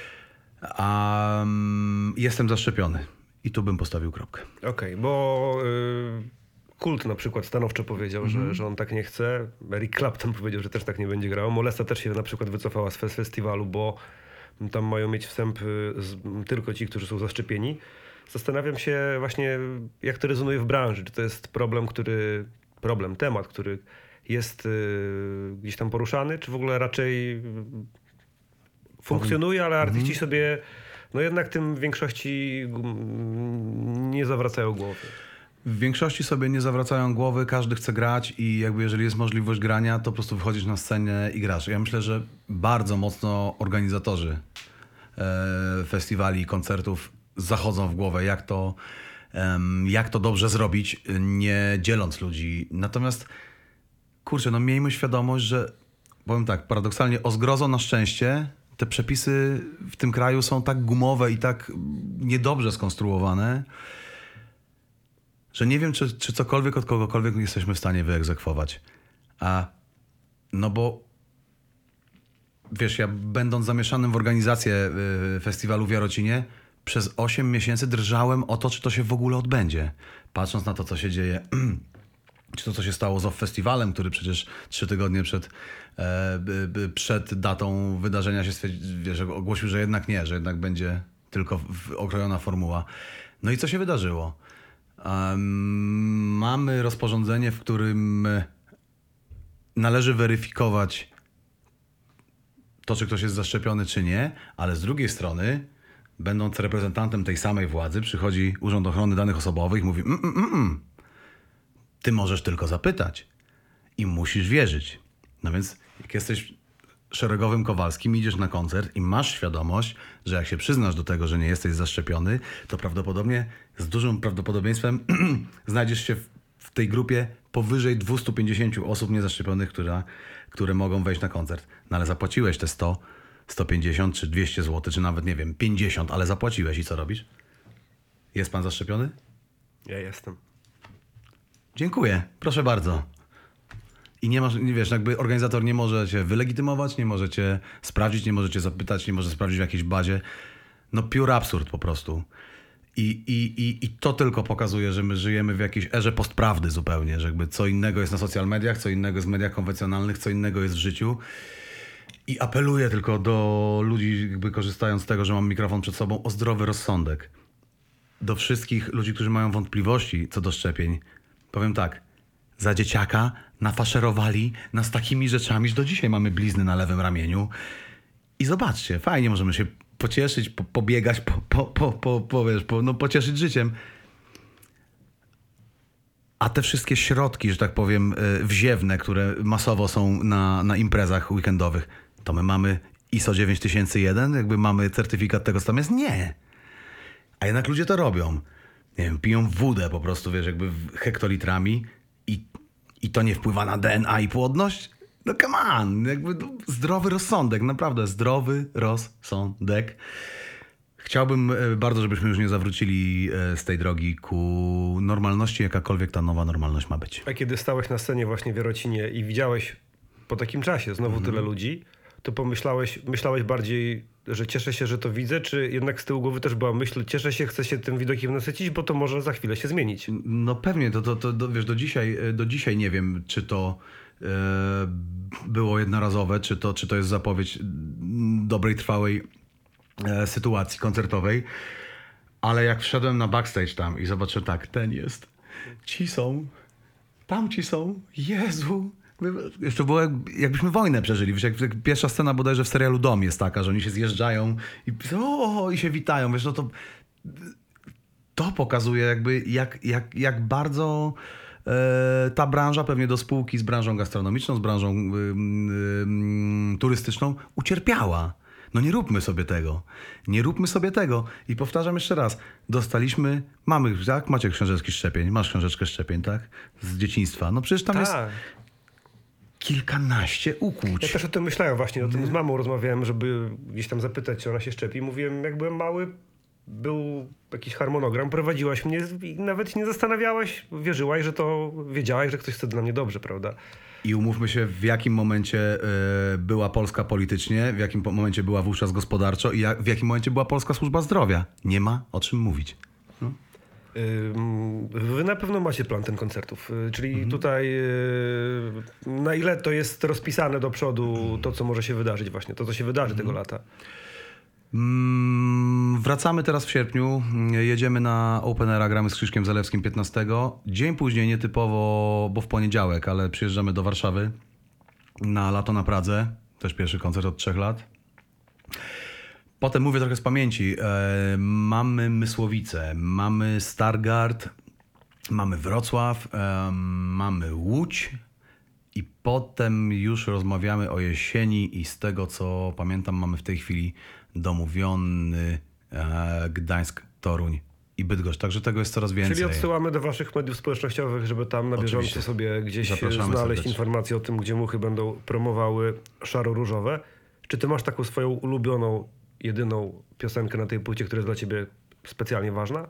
A jestem zaszczepiony. I tu bym postawił kropkę. Okej, bo Kult na przykład stanowczo powiedział, że on tak nie chce. Eric Clapton powiedział, że też tak nie będzie grał. Molesta też się na przykład wycofała z festiwalu, bo tam mają mieć wstęp tylko ci, którzy są zaszczepieni. Zastanawiam się właśnie, jak to rezonuje w branży. Czy to jest temat, który jest gdzieś tam poruszany, czy w ogóle raczej funkcjonuje, ale artyści sobie no jednak tym w większości nie zawracają głowy. W większości sobie nie zawracają głowy, każdy chce grać i jakby jeżeli jest możliwość grania, to po prostu wychodzisz na scenę i grasz. Ja myślę, że bardzo mocno organizatorzy festiwali i koncertów zachodzą w głowę, jak to dobrze zrobić, nie dzieląc ludzi. Natomiast kurczę, no miejmy świadomość, że powiem tak, paradoksalnie o zgrozo na szczęście te przepisy w tym kraju są tak gumowe i tak niedobrze skonstruowane, że nie wiem, czy cokolwiek od kogokolwiek jesteśmy w stanie wyegzekwować. No bo wiesz, ja będąc zamieszanym w organizację festiwalu w Jarocinie, przez 8 miesięcy drżałem o to, czy to się w ogóle odbędzie. Patrząc na to, co się dzieje, czy to, co się stało z Off Festiwalem, który przecież 3 tygodnie przed datą wydarzenia się ogłosił, że jednak nie, że jednak będzie tylko okrojona formuła. No i co się wydarzyło? Mamy rozporządzenie, w którym należy weryfikować to, czy ktoś jest zaszczepiony, czy nie, ale z drugiej strony, będąc reprezentantem tej samej władzy, przychodzi Urząd Ochrony Danych Osobowych i mówi ty możesz tylko zapytać. i musisz wierzyć. No więc jak jesteś szeregowym Kowalskim, idziesz na koncert i masz świadomość, że jak się przyznasz do tego, że nie jesteś zaszczepiony, to prawdopodobnie z dużym prawdopodobieństwem znajdziesz się w tej grupie powyżej 250 osób niezaszczepionych, które mogą wejść na koncert. No ale zapłaciłeś te 100, 150 czy 200 zł, czy nawet nie wiem, 50, ale zapłaciłeś i co robisz? Jest pan zaszczepiony? Ja jestem. Dziękuję, proszę bardzo. I nie masz, nie wiesz, jakby organizator nie może cię wylegitymować, nie może cię sprawdzić, nie może cię zapytać, nie może sprawdzić w jakiejś bazie. No pure absurd po prostu. I to tylko pokazuje, że my żyjemy w jakiejś erze postprawdy zupełnie, że jakby co innego jest na social mediach, co innego jest w mediach konwencjonalnych, co innego jest w życiu. I apeluję tylko do ludzi, jakby korzystając z tego, że mam mikrofon przed sobą, o zdrowy rozsądek. Do wszystkich ludzi, którzy mają wątpliwości co do szczepień, powiem tak. Za dzieciaka nafaszerowali nas takimi rzeczami, że do dzisiaj mamy blizny na lewym ramieniu. I zobaczcie, fajnie możemy się pocieszyć, pobiegać, pocieszyć życiem. A te wszystkie środki, że tak powiem, wziewne, które masowo są na imprezach weekendowych, to my mamy ISO 9001, jakby mamy certyfikat tego, co tam jest? Nie. A jednak ludzie to robią. Nie wiem, piją wódę po prostu, wiesz, jakby hektolitrami i to nie wpływa na DNA i płodność? No come on, jakby zdrowy rozsądek, naprawdę zdrowy rozsądek. Chciałbym bardzo, żebyśmy już nie zawrócili z tej drogi ku normalności, jakakolwiek ta nowa normalność ma być. A kiedy stałeś na scenie właśnie w Jarocinie i widziałeś po takim czasie znowu tyle ludzi, to myślałeś bardziej, że cieszę się, że to widzę, czy jednak z tyłu głowy też była myśl, cieszę się, chcę się tym widokiem nasycić, bo to może za chwilę się zmienić. No pewnie, wiesz, do dzisiaj nie wiem, czy to było jednorazowe, czy to jest zapowiedź dobrej, trwałej sytuacji koncertowej, ale jak wszedłem na backstage tam i zobaczyłem, tak, ten jest, ci są, tamci są, Jezu. Jeszcze było jakbyśmy wojnę przeżyli. Wiesz, jak pierwsza scena bodajże w serialu Dom jest taka, że oni się zjeżdżają i się witają. Wiesz, no to pokazuje jakby jak bardzo ta branża, pewnie do spółki z branżą gastronomiczną, z branżą turystyczną ucierpiała. No nie róbmy sobie tego. Nie róbmy sobie tego. I powtarzam jeszcze raz. Mamy, tak? Macie książeczki szczepień. Masz książeczkę szczepień, tak? Z dzieciństwa. No przecież tam jest kilkanaście ukłuć. Ja też o tym myślałem właśnie. O tym z mamą rozmawiałem, żeby gdzieś tam zapytać, czy ona się szczepi. Mówiłem, jak byłem mały, był jakiś harmonogram, prowadziłaś mnie i nawet nie zastanawiałaś, wierzyłaś, że to wiedziałaś, że ktoś chce dla mnie dobrze, prawda? I umówmy się, w jakim momencie była Polska politycznie, w jakim momencie była wówczas gospodarczo i w jakim momencie była Polska Służba Zdrowia. Nie ma o czym mówić. No. Wy na pewno macie plan ten koncertów, czyli tutaj na ile to jest rozpisane do przodu to, co może się wydarzyć właśnie, to, co się wydarzy tego lata? Wracamy teraz w sierpniu, jedziemy na Open Aira, gramy z Krzyszkiem Zalewskim 15. Dzień później, nietypowo, bo w poniedziałek, ale przyjeżdżamy do Warszawy na Lato na Pradze, też pierwszy koncert od 3 lat. Potem mówię trochę z pamięci, mamy Mysłowice, mamy Stargard, mamy Wrocław, mamy Łódź i potem już rozmawiamy o jesieni i z tego co pamiętam mamy w tej chwili domówiony Gdańsk, Toruń i Bydgoszcz, także tego jest coraz więcej. Czyli odsyłamy do waszych mediów społecznościowych, żeby tam na bieżąco sobie gdzieś Zapraszamy znaleźć serdecznie. informacje o tym, gdzie muchy będą promowały szaro-różowe. Czy ty masz taką swoją ulubioną, jedyną piosenkę na tej płycie, która jest dla ciebie specjalnie ważna?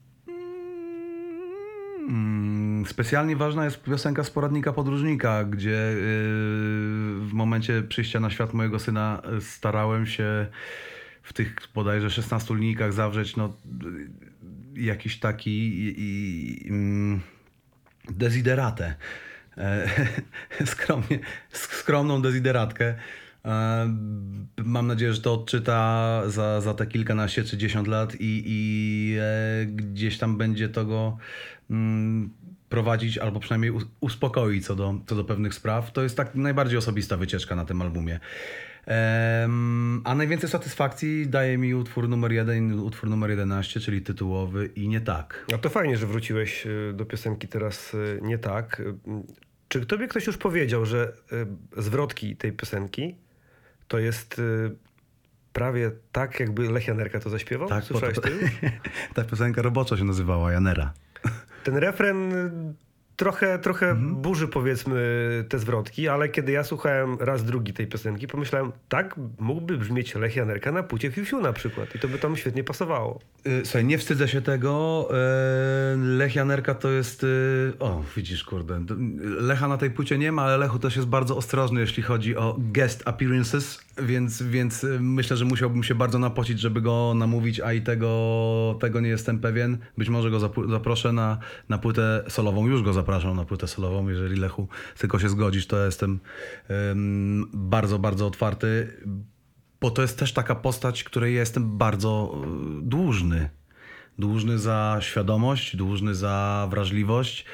Specjalnie ważna jest piosenka z poradnika podróżnika, gdzie w momencie przyjścia na świat mojego syna starałem się w tych bodajże 16 linijkach zawrzeć jakiś taki desideratę. Skromną desideratkę. Mam nadzieję, że to odczyta za te kilkanaście czy 10 lat i gdzieś tam będzie to go prowadzić albo przynajmniej uspokoić co do pewnych spraw. To jest tak najbardziej osobista wycieczka na tym albumie. A najwięcej satysfakcji daje mi utwór numer 1 i utwór numer 11, czyli tytułowy i Nie tak. A to fajnie, że wróciłeś do piosenki teraz Nie tak. Czy tobie ktoś już powiedział, że zwrotki tej piosenki to jest prawie tak, jakby Lech Janerka to zaśpiewał? Tak, Słyszałeś to już? Ta piosenka roboczo się nazywała Janera. Ten refren trochę burzy, powiedzmy, te zwrotki, ale kiedy ja słuchałem raz drugi tej piosenki, pomyślałem, tak mógłby brzmieć Lech Janerka na płycie Fiu Fiu na przykład i to by tam świetnie pasowało. Słuchaj, nie wstydzę się tego. Lech Janerka to jest... O, widzisz, kurde. Lecha na tej płycie nie ma, ale Lechu też jest bardzo ostrożny, jeśli chodzi o guest appearances, więc myślę, że musiałbym się bardzo napocić, żeby go namówić, a i tego nie jestem pewien. Być może go zaproszę na płytę solową. Już go zapraszam na płytę solową. Jeżeli, Lechu, tylko się zgodzisz, to jestem bardzo, bardzo otwarty. Bo to jest też taka postać, której ja jestem bardzo dłużny. Dłużny za świadomość, dłużny za wrażliwość,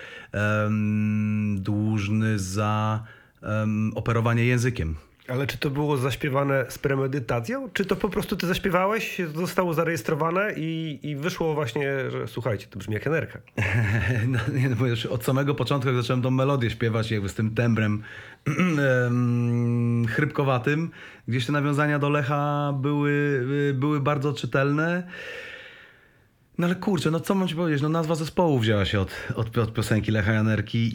dłużny za operowanie językiem. Ale czy to było zaśpiewane z premedytacją? Czy to po prostu ty zaśpiewałeś, zostało zarejestrowane i wyszło właśnie, że słuchajcie, to brzmi jak Janerka. No, nie, no, bo już od samego początku, jak zacząłem tą melodię śpiewać, jakby z tym tembrem chrypkowatym, gdzieś te nawiązania do Lecha były bardzo czytelne. No ale kurczę, no co mam ci powiedzieć, no nazwa zespołu wzięła się od piosenki Lecha Janerki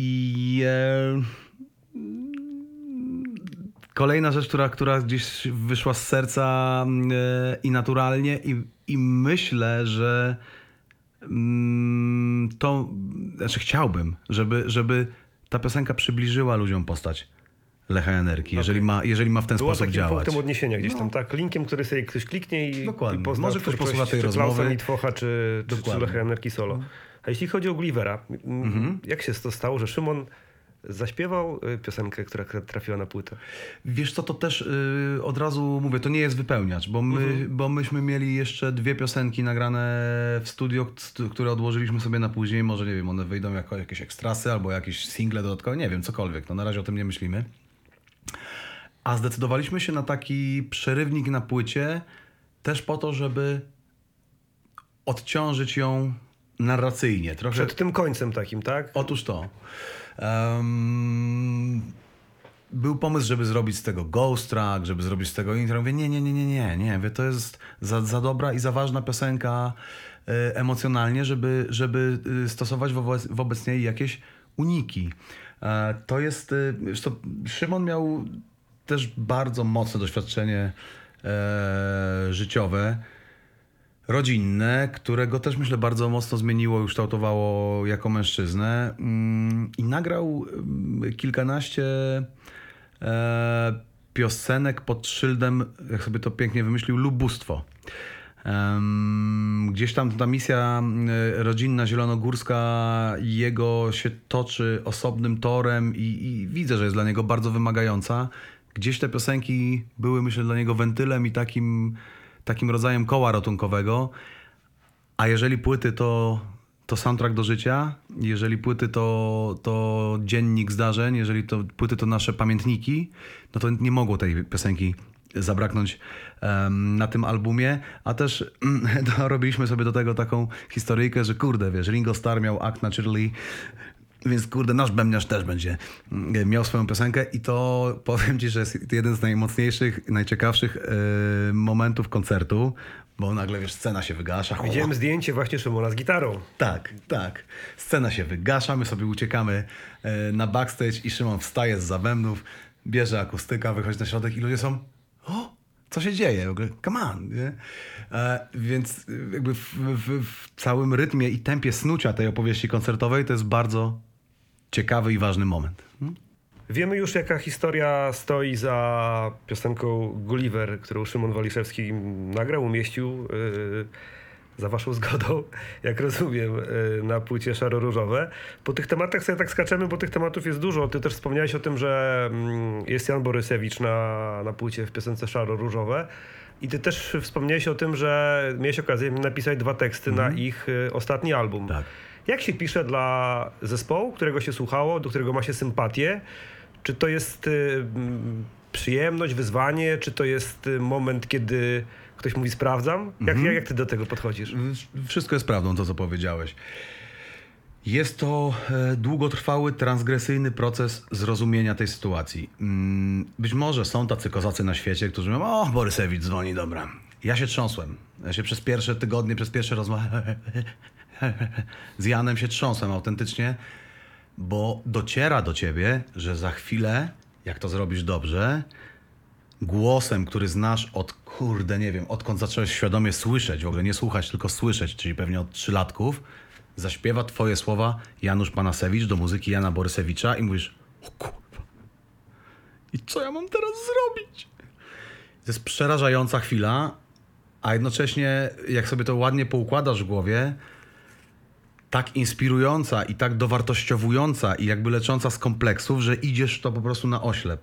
kolejna rzecz, która gdzieś wyszła z serca i naturalnie i myślę, że chciałbym, żeby ta piosenka przybliżyła ludziom postać Lecha Janerki, jeżeli ma w ten Była sposób takim działać. punktem odniesienia gdzieś tam, tak? Linkiem, który sobie ktoś kliknie i Dokładnie. pozna Może ktoś twórczość posłucha tej czy rozmowy. Klausa Litwocha, czy Dokładnie. Lecha Janerki solo. A jeśli chodzi o Gullivera, jak się to stało, że Szymon zaśpiewał piosenkę, która trafiła na płytę? Wiesz co, to też od razu mówię, to nie jest wypełniacz, bo myśmy mieli jeszcze 2 piosenki nagrane w studio, które odłożyliśmy sobie na później. Może, nie wiem, one wyjdą jako jakieś ekstrasy albo jakieś single dodatkowe, nie wiem, cokolwiek. No na razie o tym nie myślimy. A zdecydowaliśmy się na taki przerywnik na płycie też po to, żeby odciążyć ją narracyjnie. Trochę... Przed tym końcem takim, tak? Otóż to. Był pomysł, żeby zrobić z tego ghost track, żeby zrobić z tego intro. Mówię, nie. Mówię, to jest za dobra i za ważna piosenka emocjonalnie, żeby stosować wobec niej jakieś uniki. To jest... Wiesz co, Szymon miał też bardzo mocne doświadczenie życiowe, rodzinne, którego też, myślę, bardzo mocno zmieniło i ukształtowało jako mężczyznę. I nagrał kilkanaście piosenek pod szyldem, jak sobie to pięknie wymyślił, lubóstwo. Gdzieś tam ta misja rodzinna, zielonogórska jego się toczy osobnym torem i widzę, że jest dla niego bardzo wymagająca. Gdzieś te piosenki były, myślę, dla niego wentylem i takim rodzajem koła ratunkowego. A jeżeli płyty to soundtrack do życia, jeżeli płyty to dziennik zdarzeń, jeżeli to płyty to nasze pamiętniki, no to nie mogło tej piosenki zabraknąć na tym albumie, a też robiliśmy sobie do tego taką historyjkę, że kurde, wiesz, Ringo Starr miał Act Naturally, więc kurde, nasz bębniarz też będzie miał swoją piosenkę i to powiem ci, że jest jeden z najmocniejszych, najciekawszych momentów koncertu, bo nagle, wiesz, scena się wygasza. Widziałem zdjęcie właśnie Szymona z gitarą. Tak. Scena się wygasza, my sobie uciekamy na backstage i Szymon wstaje z bębnów, bierze akustyka, wychodzi na środek i ludzie są o, co się dzieje? W ogóle, come on, nie? Więc jakby w całym rytmie i tempie snucia tej opowieści koncertowej to jest bardzo ciekawy i ważny moment. Wiemy już, jaka historia stoi za piosenką Gulliver, którą Szymon Waliszewski nagrał, umieścił za waszą zgodą, jak rozumiem, na płycie Szaro-Różowe. Po tych tematach sobie tak skaczemy, bo tych tematów jest dużo. Ty też wspomniałeś o tym, że jest Jan Borysewicz na płycie w piosence Szaro-Różowe. I ty też wspomniałeś o tym, że miałeś okazję napisać 2 teksty na ich ostatni album. Tak. Jak się pisze dla zespołu, którego się słuchało, do którego ma się sympatię? Czy to jest przyjemność, wyzwanie? Czy to jest moment, kiedy ktoś mówi sprawdzam? Jak ty do tego podchodzisz? Wszystko jest prawdą, to co powiedziałeś. Jest to długotrwały, transgresyjny proces zrozumienia tej sytuacji. Być może są tacy kozacy na świecie, którzy mówią, o, Borysewicz dzwoni, dobra. Ja się trząsłem. Ja się przez pierwsze tygodnie, przez pierwsze rozmowy z Janem się trząsłem autentycznie, bo dociera do ciebie, że za chwilę, jak to zrobisz dobrze, głosem, który znasz od, kurde, nie wiem, odkąd zacząłeś świadomie słyszeć, w ogóle nie słuchać, tylko słyszeć, czyli pewnie od 3-latków, zaśpiewa twoje słowa Janusz Panasewicz do muzyki Jana Borysewicza i mówisz, o kurwa, i co ja mam teraz zrobić? To jest przerażająca chwila, a jednocześnie, jak sobie to ładnie poukładasz w głowie, tak inspirująca i tak dowartościowująca i jakby lecząca z kompleksów, że idziesz to po prostu na oślep.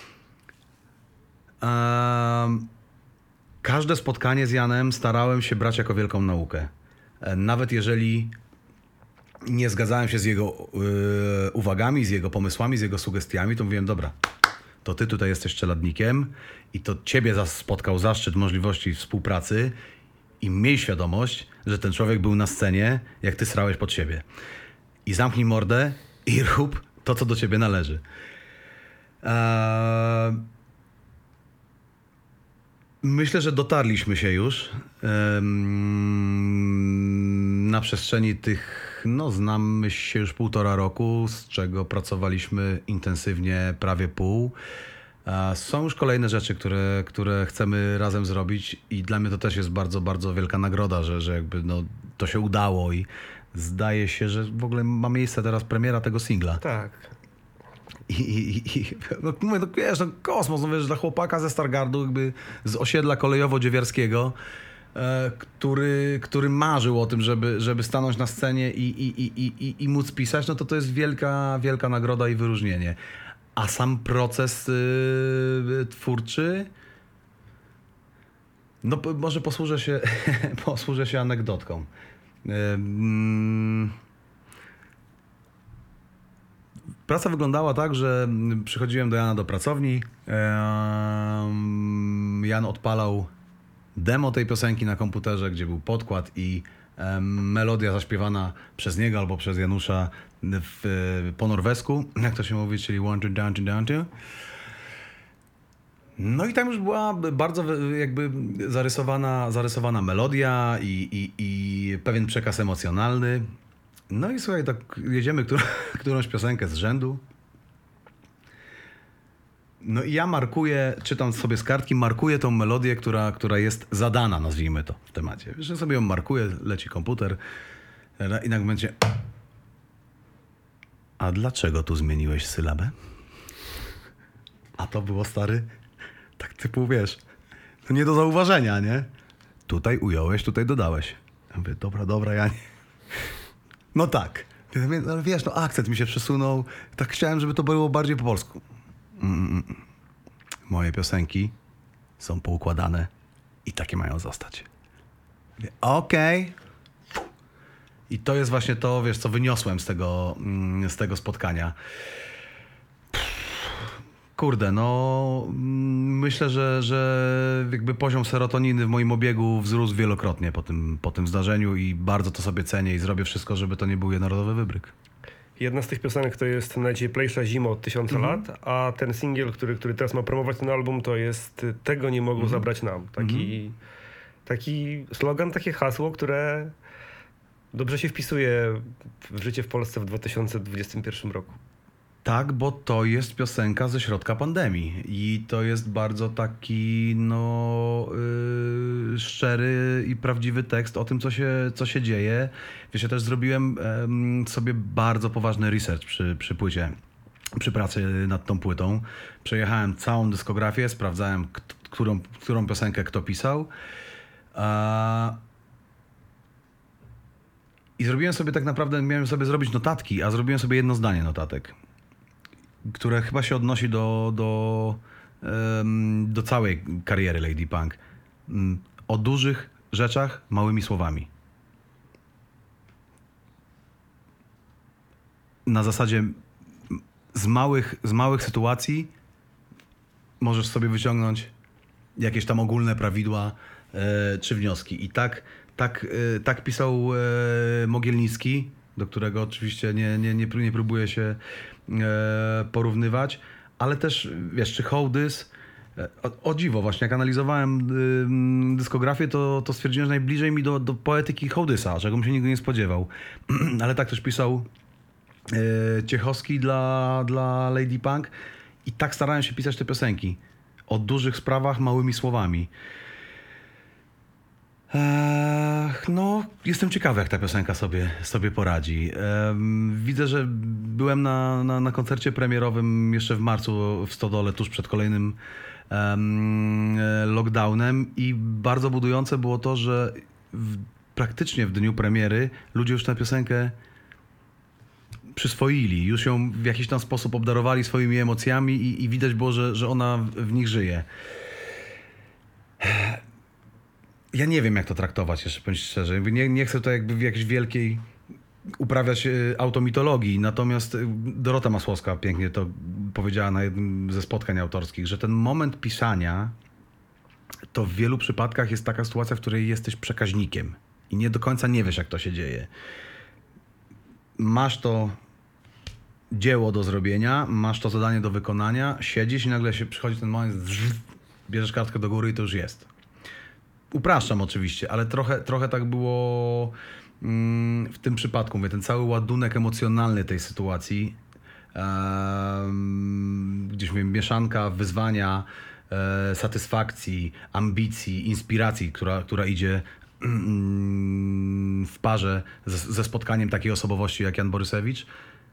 Każde spotkanie z Janem starałem się brać jako wielką naukę. Nawet jeżeli nie zgadzałem się z jego uwagami, z jego pomysłami, z jego sugestiami, to mówiłem, dobra, to ty tutaj jesteś czeladnikiem i to ciebie spotkał zaszczyt możliwości współpracy i miej świadomość, że ten człowiek był na scenie, jak ty srałeś pod siebie. I zamknij mordę i rób to, co do ciebie należy. Myślę, że dotarliśmy się już na przestrzeni tych, no znamy się już 1,5 roku, z czego pracowaliśmy intensywnie prawie pół. Są już kolejne rzeczy, które chcemy razem zrobić i dla mnie to też jest bardzo, bardzo wielka nagroda, że jakby no, to się udało i zdaje się, że w ogóle ma miejsce teraz premiera tego singla. Tak. No, mówię, no wiesz, no kosmos, no wiesz, dla chłopaka ze Stargardu, jakby z osiedla kolejowo-dziewiarskiego, który marzył o tym, żeby stanąć na scenie i móc pisać, no to jest wielka, wielka nagroda i wyróżnienie. A sam proces twórczy, no może posłużę się anegdotką. Praca wyglądała tak, że przychodziłem do Jana do pracowni. Jan odpalał demo tej piosenki na komputerze, gdzie był podkład i melodia zaśpiewana przez niego albo przez Janusza po norwesku, jak to się mówi, czyli one, two, down, two, down, two. No i tam już była bardzo jakby zarysowana melodia i pewien przekaz emocjonalny. No i słuchaj, tak jedziemy którąś piosenkę z rzędu. No i ja czytam sobie z kartki, markuję tą melodię, która jest zadana, nazwijmy to, w temacie. Że sobie ją markuję, leci komputer i na momencie... A dlaczego tu zmieniłeś sylabę? A to było, stary, tak typu, wiesz, no nie do zauważenia, nie? Tutaj ująłeś, tutaj dodałeś. Ja mówię, dobra, Janie. No tak. Ale wiesz, no akcent mi się przesunął. Tak chciałem, żeby to było bardziej po polsku. Moje piosenki są poukładane i takie mają zostać. Okej. I to jest właśnie to, wiesz, co wyniosłem z tego spotkania. Kurde, no myślę, że jakby poziom serotoniny w moim obiegu wzrósł wielokrotnie po tym zdarzeniu i bardzo to sobie cenię i zrobię wszystko, żeby to nie był jednorazowy wybryk. Jedna z tych piosenek to jest najcieplejsza zima od 1000 lat, a ten singiel, który teraz ma promować ten album, to jest Tego nie mogło zabrać nam. Taki slogan, takie hasło, które dobrze się wpisuje w życie w Polsce w 2021 roku. Tak, bo to jest piosenka ze środka pandemii i to jest bardzo taki szczery i prawdziwy tekst o tym, co się dzieje. Wiesz, ja też zrobiłem sobie bardzo poważny research przy płycie, przy pracy nad tą płytą. Przejechałem całą dyskografię, sprawdzałem, którą piosenkę kto pisał. I zrobiłem sobie tak naprawdę, miałem sobie zrobić notatki, a zrobiłem sobie jedno zdanie notatek, które chyba się odnosi do całej kariery Lady Punk. O dużych rzeczach małymi słowami. Na zasadzie z małych sytuacji możesz sobie wyciągnąć jakieś tam ogólne prawidła czy wnioski. I tak pisał Mogielnicki do którego oczywiście nie próbuję się porównywać, ale też, wiesz, czy Hołdys, o dziwo, właśnie jak analizowałem dyskografię, to stwierdziłem, że najbliżej mi do poetyki Hołdysa, czego bym się nigdy nie spodziewał. Ale tak też pisał Ciechowski dla Lady Punk i tak starałem się pisać te piosenki. O dużych sprawach małymi słowami. No, jestem ciekawy, jak ta piosenka sobie poradzi. Widzę, że byłem na koncercie premierowym jeszcze w marcu w Stodole, tuż przed kolejnym lockdownem i bardzo budujące było to, że praktycznie w dniu premiery ludzie już tę piosenkę przyswoili, już ją w jakiś tam sposób obdarowali swoimi emocjami i widać było, że ona w nich żyje. Ja nie wiem, jak to traktować, jeszcze powiem szczerze. Nie chcę to jakby w jakiejś wielkiej uprawiać automitologii, natomiast Dorota Masłowska pięknie to powiedziała na jednym ze spotkań autorskich, że ten moment pisania to w wielu przypadkach jest taka sytuacja, w której jesteś przekaźnikiem i nie do końca nie wiesz, jak to się dzieje. Masz to dzieło do zrobienia, masz to zadanie do wykonania, siedzisz i nagle się przychodzi ten moment, bierzesz kartkę do góry i to już jest. Upraszczam oczywiście, ale trochę tak było w tym przypadku. Mówię, ten cały ładunek emocjonalny tej sytuacji, gdzieś mówię, mieszanka wyzwania, satysfakcji, ambicji, inspiracji, która idzie w parze ze spotkaniem takiej osobowości jak Jan Borysewicz,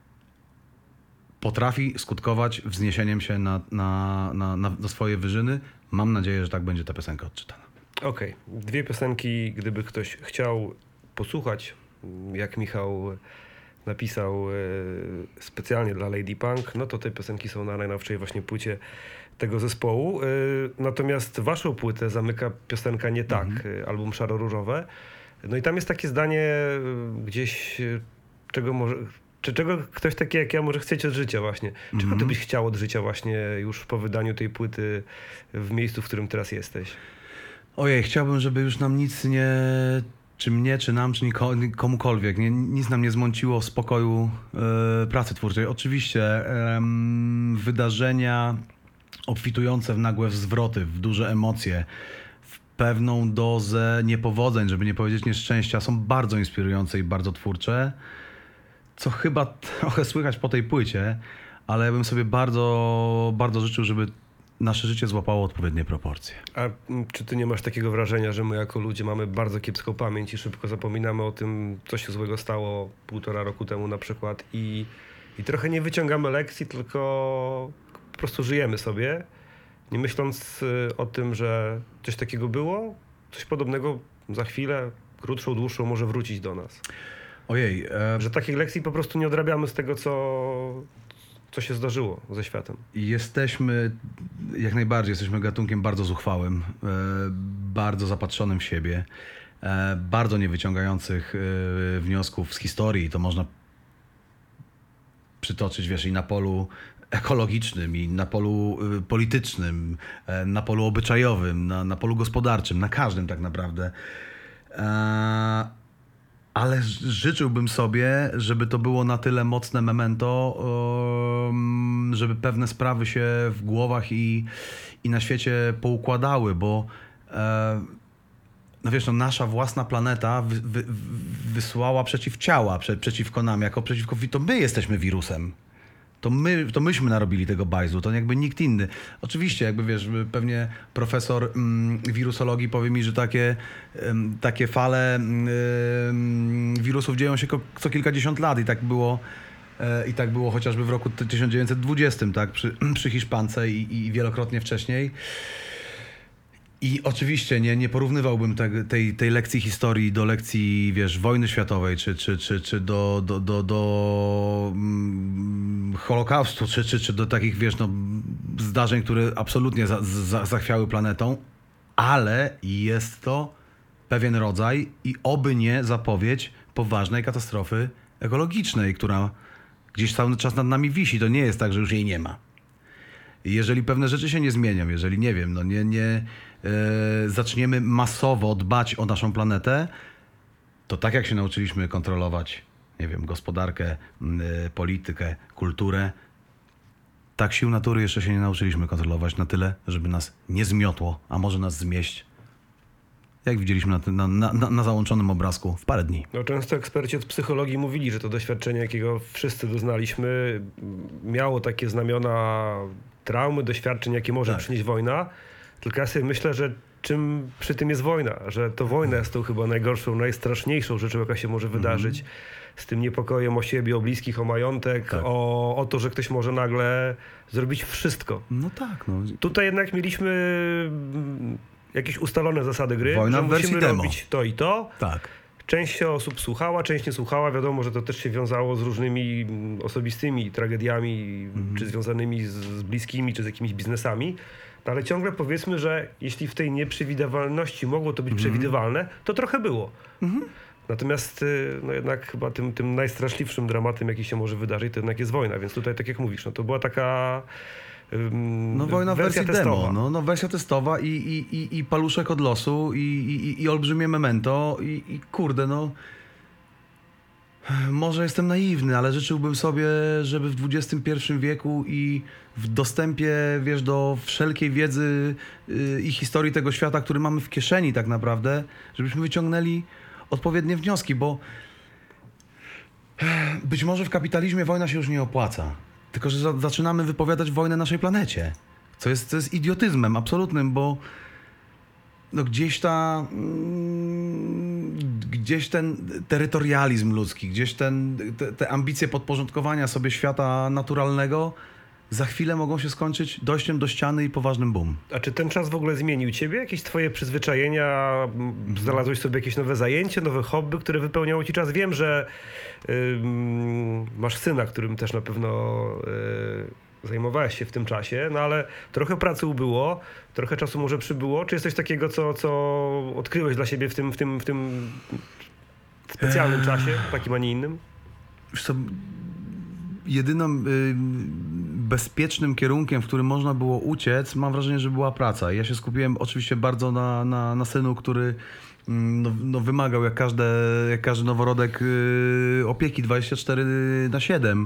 potrafi skutkować wzniesieniem się na swoje wyżyny. Mam nadzieję, że tak będzie ta piosenka odczytana. Okej. 2 piosenki, gdyby ktoś chciał posłuchać, jak Michał napisał specjalnie dla Lady Punk, no to te piosenki są na najnowszej właśnie płycie tego zespołu. Natomiast waszą płytę zamyka piosenka Nie tak, album Szaro-Różowe. No i tam jest takie zdanie gdzieś, czego ktoś taki jak ja może chcieć od życia właśnie. Czego ty byś chciał od życia właśnie już po wydaniu tej płyty w miejscu, w którym teraz jesteś? Ojej, chciałbym, żeby już nam nic czy mnie, czy nam, czy komukolwiek, nic nam nie zmąciło spokoju pracy twórczej. Oczywiście wydarzenia obfitujące w nagłe zwroty, w duże emocje, w pewną dozę niepowodzeń, żeby nie powiedzieć nieszczęścia, są bardzo inspirujące i bardzo twórcze, co chyba trochę słychać po tej płycie, ale ja bym sobie bardzo, bardzo życzył, żeby nasze życie złapało odpowiednie proporcje. A czy ty nie masz takiego wrażenia, że my jako ludzie mamy bardzo kiepską pamięć i szybko zapominamy o tym, co się złego stało 1,5 roku temu na przykład i trochę nie wyciągamy lekcji, tylko po prostu żyjemy sobie, nie myśląc o tym, że coś takiego było, coś podobnego za chwilę, krótszą, dłuższą może wrócić do nas. Ojej. Że takich lekcji po prostu nie odrabiamy z tego, co się zdarzyło ze światem. Jak najbardziej jesteśmy gatunkiem bardzo zuchwałym, bardzo zapatrzonym w siebie, bardzo nie wyciągających wniosków z historii. To można przytoczyć, wiesz, i na polu ekologicznym, i na polu politycznym, na polu obyczajowym, na polu gospodarczym, na każdym tak naprawdę. Ale życzyłbym sobie, żeby to było na tyle mocne memento, żeby pewne sprawy się w głowach i na świecie poukładały, bo no wiesz, no nasza własna planeta wysłała przeciwciała przeciwko nam, to my jesteśmy wirusem. To myśmy narobili tego bajzlu, to jakby nikt inny. Oczywiście, jakby wiesz, pewnie profesor wirusologii powie mi, że takie fale wirusów dzieją się co kilkadziesiąt lat i tak było chociażby w roku 1920, tak, przy Hiszpance i wielokrotnie wcześniej. I oczywiście nie porównywałbym tej lekcji historii do lekcji, wiesz, wojny światowej, czy do Holokaustu, czy do takich, wiesz, no, zdarzeń, które absolutnie zachwiały planetą, ale jest to pewien rodzaj i oby nie zapowiedź poważnej katastrofy ekologicznej, która gdzieś cały czas nad nami wisi. To nie jest tak, że już jej nie ma. Jeżeli pewne rzeczy się nie zmienią, jeżeli, nie wiem, no nie zaczniemy masowo dbać o naszą planetę, to tak jak się nauczyliśmy kontrolować, nie wiem, gospodarkę, politykę, kulturę, tak sił natury jeszcze się nie nauczyliśmy kontrolować na tyle, żeby nas nie zmiotło, a może nas zmieść, jak widzieliśmy na załączonym obrazku, w parę dni. No, często eksperci od psychologii mówili, że to doświadczenie, jakiego wszyscy doznaliśmy, miało takie znamiona traumy, doświadczeń, jakie może przynieść wojna. Tylko ja sobie myślę, że czym przy tym jest wojna, że to wojna jest tą chyba najgorszą, najstraszniejszą rzeczą, jaka się może wydarzyć. Z tym niepokojem o siebie, o bliskich, o majątek, Tak. o to, że ktoś może nagle zrobić wszystko. No tak, no. Tutaj jednak mieliśmy jakieś ustalone zasady gry, Wojna że w wersji musimy demo. robić to i to. Tak. Część się osób słuchała, część nie słuchała. Wiadomo, że to też się wiązało z różnymi osobistymi tragediami, czy związanymi z bliskimi, czy z jakimiś biznesami. No, ale ciągle powiedzmy, że jeśli w tej nieprzewidywalności mogło to być przewidywalne, to trochę było. Natomiast no jednak chyba tym najstraszliwszym dramatem, jaki się może wydarzyć, to jednak jest wojna. Więc tutaj, tak jak mówisz, no to była taka No wojna w wersja wersji testowa. demo, no wersja testowa i paluszek od losu i olbrzymie memento i kurde, no może jestem naiwny, ale życzyłbym sobie, żeby w XXI wieku i w dostępie, wiesz, do wszelkiej wiedzy i historii tego świata, który mamy w kieszeni tak naprawdę, żebyśmy wyciągnęli odpowiednie wnioski, bo być może w kapitalizmie wojna się już nie opłaca. Tylko że zaczynamy wypowiadać wojnę naszej planecie. Co jest idiotyzmem absolutnym, bo no gdzieś ten terytorializm ludzki, gdzieś te ambicje podporządkowania sobie świata naturalnego za chwilę mogą się skończyć dojściem do ściany i poważnym boom. A czy ten czas w ogóle zmienił ciebie? Jakieś twoje przyzwyczajenia? Znalazłeś sobie jakieś nowe zajęcie, nowe hobby, które wypełniało ci czas? Wiem, że masz syna, którym też na pewno zajmowałeś się w tym czasie, no ale trochę pracy ubyło, trochę czasu może przybyło. Czy jest coś takiego, co odkryłeś dla siebie w tym specjalnym czasie, takim, a nie innym? Wiesz co, jedynym bezpiecznym kierunkiem, w którym można było uciec, mam wrażenie, że była praca. Ja się skupiłem oczywiście bardzo na synu, który no, wymagał jak każdy noworodek opieki 24/7.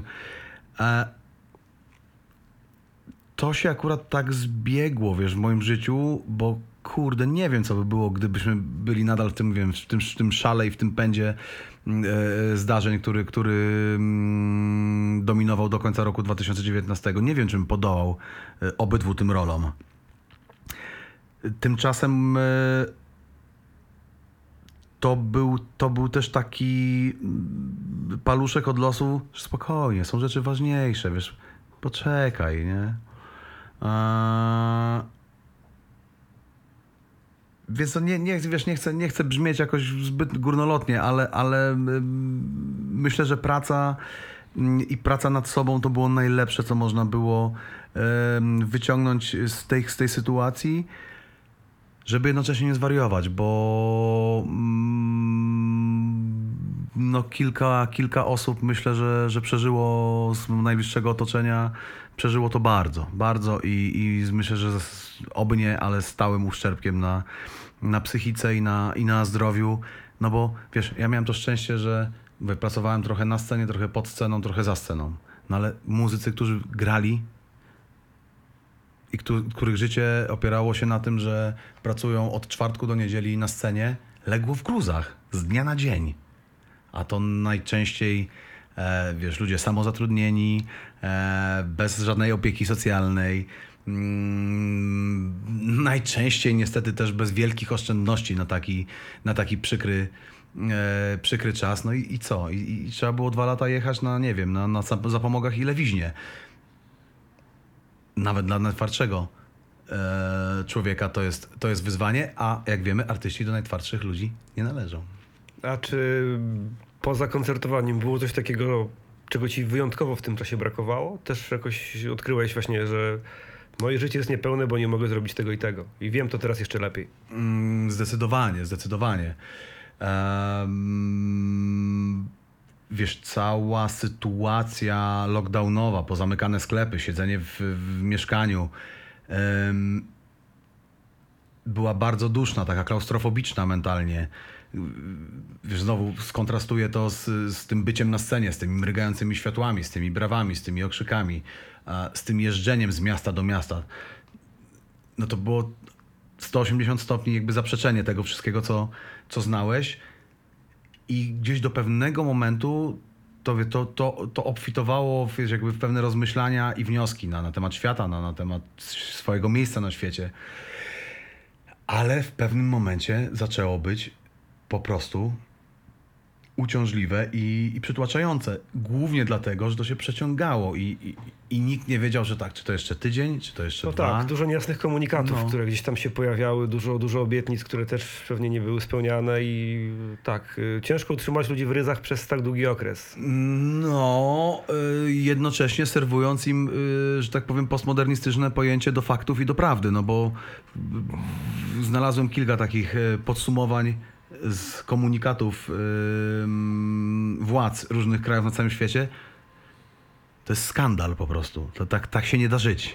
To się akurat tak zbiegło, wiesz, w moim życiu, bo kurde, nie wiem, co by było, gdybyśmy byli nadal w tym szale i w tym pędzie zdarzeń, który dominował do końca roku 2019. Nie wiem, czym podołał obydwu tym rolom. Tymczasem to był też taki paluszek od losu, że spokojnie, są rzeczy ważniejsze, wiesz, poczekaj, nie? Więc to nie chcę brzmieć jakoś zbyt górnolotnie, ale myślę, że praca nad sobą to było najlepsze, co można było wyciągnąć z tej sytuacji, żeby jednocześnie nie zwariować, bo no kilka osób myślę, że przeżyło z najbliższego otoczenia, przeżyło to bardzo, bardzo i myślę, że oby nie, ale stałym uszczerbkiem na psychice i na zdrowiu, no bo wiesz, ja miałem to szczęście, że pracowałem trochę na scenie, trochę pod sceną, trochę za sceną, no ale muzycy, którzy grali i których życie opierało się na tym, że pracują od czwartku do niedzieli na scenie, legło w gruzach z dnia na dzień. A to najczęściej, wiesz, ludzie samozatrudnieni, bez żadnej opieki socjalnej, najczęściej niestety też bez wielkich oszczędności na taki przykry czas. No i co? I trzeba było 2 lata jechać na zapomogach i lewiźnie. Nawet dla najtwardszego człowieka to jest wyzwanie, a jak wiemy, artyści do najtwardszych ludzi nie należą. A czy poza koncertowaniem było coś takiego, czego ci wyjątkowo w tym czasie brakowało? Też jakoś odkryłeś właśnie, że moje życie jest niepełne, bo nie mogę zrobić tego i tego. I wiem to teraz jeszcze lepiej. Zdecydowanie. Wiesz, cała sytuacja lockdownowa, pozamykane sklepy, siedzenie w mieszkaniu, była bardzo duszna, taka klaustrofobiczna mentalnie. Wiesz, znowu skontrastuję to z tym byciem na scenie, z tymi mrygającymi światłami, z tymi brawami, z tymi okrzykami, z tym jeżdżeniem z miasta do miasta. No to było 180 stopni jakby zaprzeczenie tego wszystkiego, co znałeś. I gdzieś do pewnego momentu to obfitowało wiesz, jakby w pewne rozmyślania i wnioski na temat świata, na temat swojego miejsca na świecie. Ale w pewnym momencie zaczęło być po prostu uciążliwe i przytłaczające. Głównie dlatego, że to się przeciągało i nikt nie wiedział, że tak, czy to jeszcze tydzień, czy to jeszcze No dwa. tak, dużo niejasnych komunikatów, No. które gdzieś tam się pojawiały, dużo obietnic, które też pewnie nie były spełniane i tak, ciężko utrzymać ludzi w ryzach przez tak długi okres. No, jednocześnie serwując im, że tak powiem, postmodernistyczne pojęcie do faktów i do prawdy, no bo znalazłem kilka takich podsumowań z komunikatów władz różnych krajów na całym świecie. To jest skandal po prostu. To tak się nie da żyć.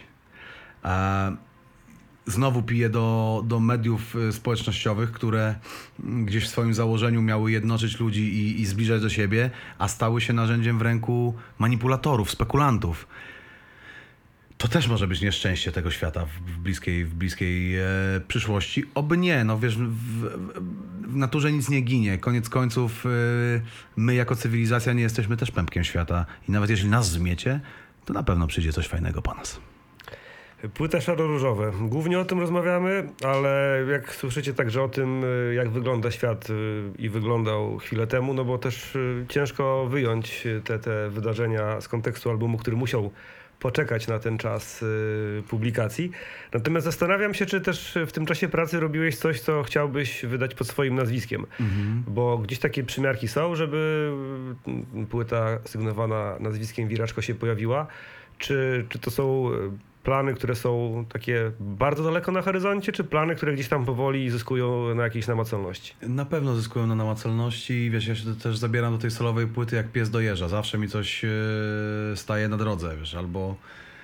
Znowu piję do mediów społecznościowych, które gdzieś w swoim założeniu miały jednoczyć ludzi i zbliżać do siebie, a stały się narzędziem w ręku manipulatorów, spekulantów. To też może być nieszczęście tego świata w bliskiej przyszłości. Oby nie, no wiesz, w naturze nic nie ginie. Koniec końców my jako cywilizacja nie jesteśmy też pępkiem świata i nawet jeśli nas zmiecie, to na pewno przyjdzie coś fajnego po nas. Płyta szaro-różowe. Głównie o tym rozmawiamy, ale jak słyszycie także o tym, jak wygląda świat i wyglądał chwilę temu, no bo też ciężko wyjąć te wydarzenia z kontekstu albumu, który musiał poczekać na ten czas publikacji. Natomiast zastanawiam się, czy też w tym czasie pracy robiłeś coś, co chciałbyś wydać pod swoim nazwiskiem. Bo gdzieś takie przymiarki są, żeby płyta sygnowana nazwiskiem Wiraczko się pojawiła. Czy to są plany, które są takie bardzo daleko na horyzoncie, czy plany, które gdzieś tam powoli zyskują na jakiejś namacalności? Na pewno zyskują na namacalności. Wiesz, ja się też zabieram do tej solowej płyty jak pies do jeża. Zawsze mi coś staje na drodze, wiesz, albo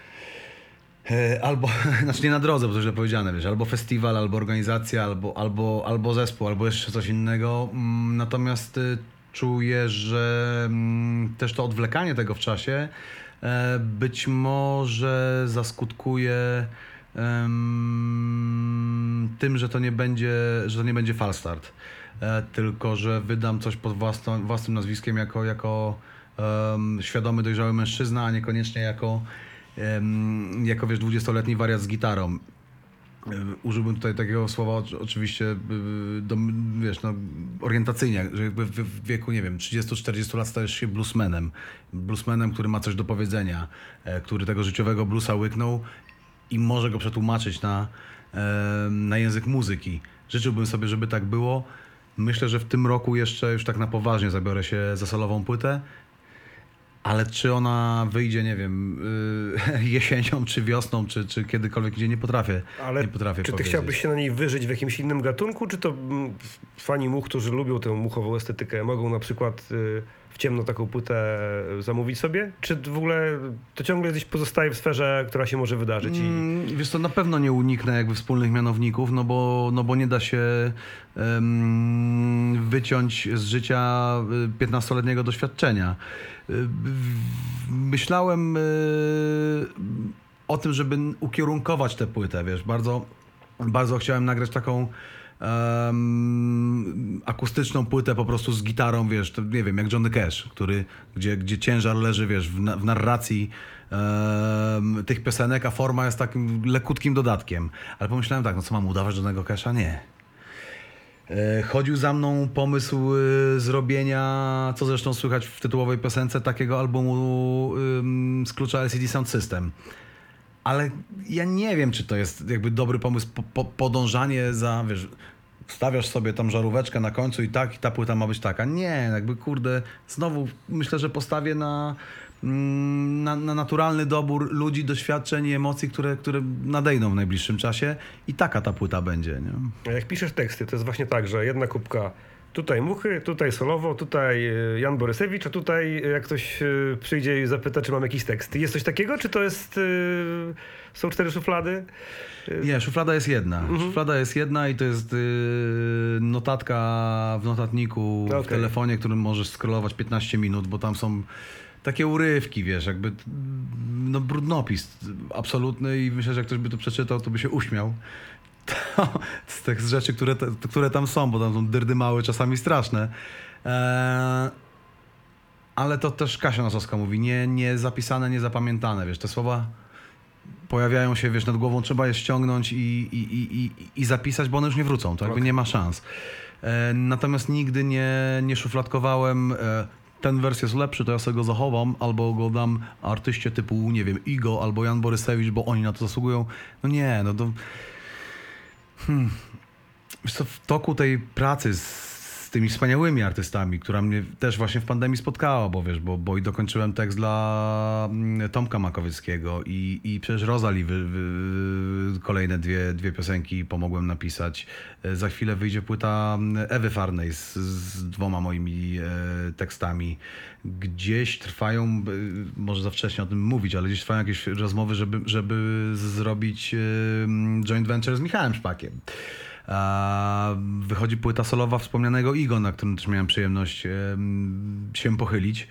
znaczy nie na drodze, bo to źle powiedziane, wiesz, albo festiwal, albo organizacja, albo zespół, albo jeszcze coś innego. Natomiast czuję, że też to odwlekanie tego w czasie być może zaskutkuje tym, że to nie będzie false start, tylko że wydam coś pod własnym nazwiskiem jako świadomy, dojrzały mężczyzna, a niekoniecznie jako wiesz, 20-letni wariat z gitarą. Użyłbym tutaj takiego słowa oczywiście wiesz, no, orientacyjnie, że jakby w wieku, nie wiem, 30-40 lat stajesz się bluesmanem, który ma coś do powiedzenia, który tego życiowego bluesa łyknął i może go przetłumaczyć na język muzyki. Życzyłbym sobie, żeby tak było. Myślę, że w tym roku jeszcze już tak na poważnie zabiorę się za solową płytę. Ale czy ona wyjdzie, nie wiem, jesienią, czy wiosną, czy kiedykolwiek gdzie nie potrafię Ale czy ty powiedzieć. chciałbyś się na niej wyżyć w jakimś innym gatunku, czy to fani much, którzy lubią tę muchową estetykę, mogą na przykład w ciemno taką płytę zamówić sobie? Czy w ogóle to ciągle gdzieś pozostaje w sferze, która się może wydarzyć? Wiesz, to na pewno nie uniknę jakby wspólnych mianowników, no bo nie da się wyciąć z życia 15-letniego doświadczenia. Myślałem o tym, żeby ukierunkować tę płytę, wiesz, bardzo, bardzo chciałem nagrać taką akustyczną płytę po prostu z gitarą, wiesz, to, nie wiem, jak Johnny Cash, gdzie ciężar leży, wiesz, w narracji tych piosenek, a forma jest takim lekutkim dodatkiem. Ale pomyślałem tak, no co mam udawać Johnnego Casha? Nie. Chodził za mną pomysł zrobienia, co zresztą słychać w tytułowej piosence, takiego albumu z klucza LCD Sound System. Ale ja nie wiem, czy to jest jakby dobry pomysł, podążanie za, wiesz, wstawiasz sobie tam żaróweczkę na końcu i ta płyta ma być taka. Nie, jakby kurde, znowu myślę, że postawię na naturalny dobór ludzi, doświadczeń i emocji, które nadejdą w najbliższym czasie i taka ta płyta będzie. Nie? A jak piszesz teksty, to jest właśnie tak, że jedna kubka Tutaj Muchy, tutaj solowo, tutaj Jan Borysewicz, a tutaj jak ktoś przyjdzie i zapyta, czy mam jakiś tekst. Jest coś takiego, czy to jest... są 4 szuflady? Nie, szuflada jest jedna. Szuflada jest jedna i to jest notatka w notatniku w telefonie, którym możesz scrollować 15 minut, bo tam są takie urywki, wiesz, jakby no brudnopis absolutny i myślę, że jak ktoś by to przeczytał, to by się uśmiał. To z tych rzeczy, które tam są, bo tam są dyrdymały czasami straszne. Ale to też Kasia Nosowska mówi, nie zapisane, nie zapamiętane, wiesz, te słowa pojawiają się, wiesz, nad głową, trzeba je ściągnąć i zapisać, bo one już nie wrócą, to jakby nie ma szans. Natomiast nigdy nie szufladkowałem, ten wers jest lepszy, to ja sobie go zachowam, albo go dam artyście typu, nie wiem, Igo albo Jan Borysewicz, bo oni na to zasługują. No nie, no to... Wiesz co, w toku tej pracy z tymi wspaniałymi artystami, która mnie też właśnie w pandemii spotkała, bo wiesz, bo i dokończyłem tekst dla Tomka Makowieckiego i przecież Rosalie kolejne dwie piosenki pomogłem napisać. Za chwilę wyjdzie płyta Ewy Farnej z 2 moimi tekstami. Gdzieś trwają, może za wcześnie o tym mówić, ale gdzieś trwają jakieś rozmowy, żeby zrobić joint venture z Michałem Szpakiem. Wychodzi płyta solowa wspomnianego Igo, na którym też miałem przyjemność się pochylić.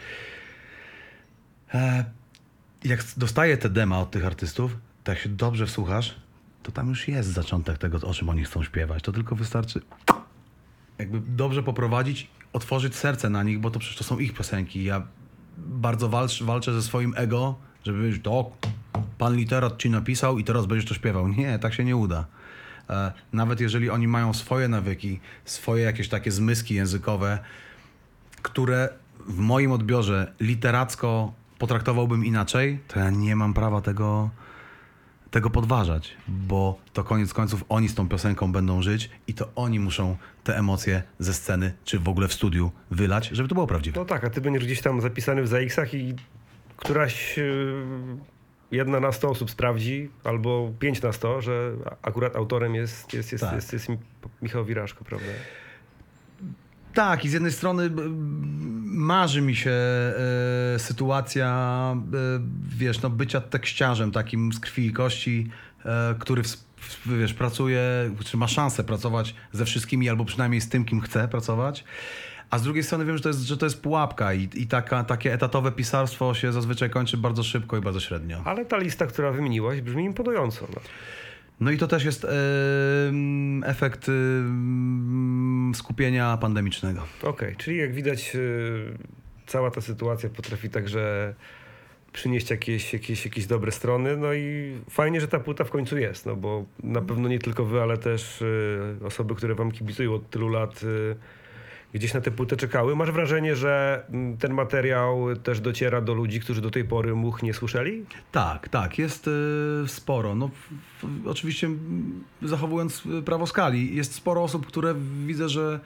Jak dostaję te dema od tych artystów, to jak się dobrze wsłuchasz, to tam już jest zaczątek tego, o czym oni chcą śpiewać. To tylko wystarczy jakby dobrze poprowadzić, otworzyć serce na nich, bo to przecież to są ich piosenki. Ja bardzo walczę ze swoim ego, żeby powiedzieć, to pan literat ci napisał i teraz będziesz to śpiewał. Nie, tak się nie uda. Nawet jeżeli oni mają swoje nawyki, swoje jakieś takie zmyski językowe, które w moim odbiorze literacko potraktowałbym inaczej, to ja nie mam prawa tego podważać, bo to koniec końców oni z tą piosenką będą żyć i to oni muszą te emocje ze sceny, czy w ogóle w studiu wylać, żeby to było prawdziwe. No tak, a ty będziesz gdzieś tam zapisany w ZX-ach i któraś 1 na 100 osób sprawdzi, albo 5 na 100, że akurat autorem jest Michał Wiraszko, prawda? Tak, i z jednej strony marzy mi się sytuacja, wiesz, no bycia tekściarzem takim z krwi i kości, który wiesz, pracuje, czy ma szansę pracować ze wszystkimi, albo przynajmniej z tym, kim chce pracować. A z drugiej strony wiem, że to jest pułapka i takie etatowe pisarstwo się zazwyczaj kończy bardzo szybko i bardzo średnio. Ale ta lista, która wymieniłaś, brzmi imponująco. No i to też jest efekt skupienia pandemicznego. Okej, czyli jak widać cała ta sytuacja potrafi także przynieść jakieś dobre strony. No i fajnie, że ta płyta w końcu jest, no bo na pewno nie tylko wy, ale też osoby, które wam kibicują od tylu lat, gdzieś na tę płytę czekały. Masz wrażenie, że ten materiał też dociera do ludzi, którzy do tej pory Much nie słyszeli? Tak, jest sporo. No, oczywiście zachowując prawo skali, jest sporo osób, które widzę, że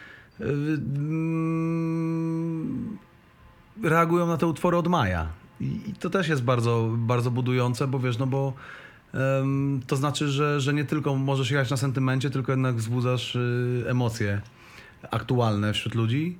reagują na te utwory od maja. I to też jest bardzo, bardzo budujące, bo wiesz, no bo to znaczy, że nie tylko możesz jechać na sentymencie, tylko jednak wzbudzasz emocje aktualne wśród ludzi.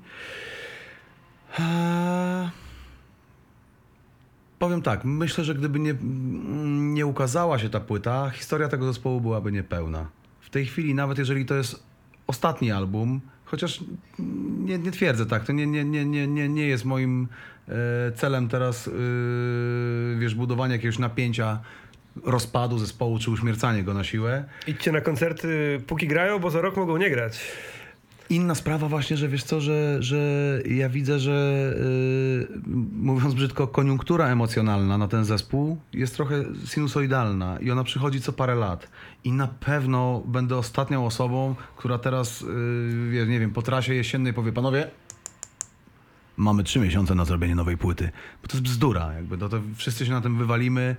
Powiem tak, myślę, że gdyby nie ukazała się ta płyta, historia tego zespołu byłaby niepełna. W tej chwili, nawet jeżeli to jest ostatni album, chociaż nie twierdzę tak, to nie jest moim celem teraz wiesz, budowanie jakiegoś napięcia, rozpadu zespołu czy uśmiercanie go na siłę. Idźcie na koncerty, póki grają, bo za rok mogą nie grać. Inna sprawa właśnie, że wiesz co, że ja widzę, że mówiąc brzydko, koniunktura emocjonalna na ten zespół jest trochę sinusoidalna i ona przychodzi co parę lat. I na pewno będę ostatnią osobą, która teraz, nie wiem, po trasie jesiennej powie, panowie, mamy 3 miesiące na zrobienie nowej płyty. Bo to jest bzdura, jakby to wszyscy się na tym wywalimy.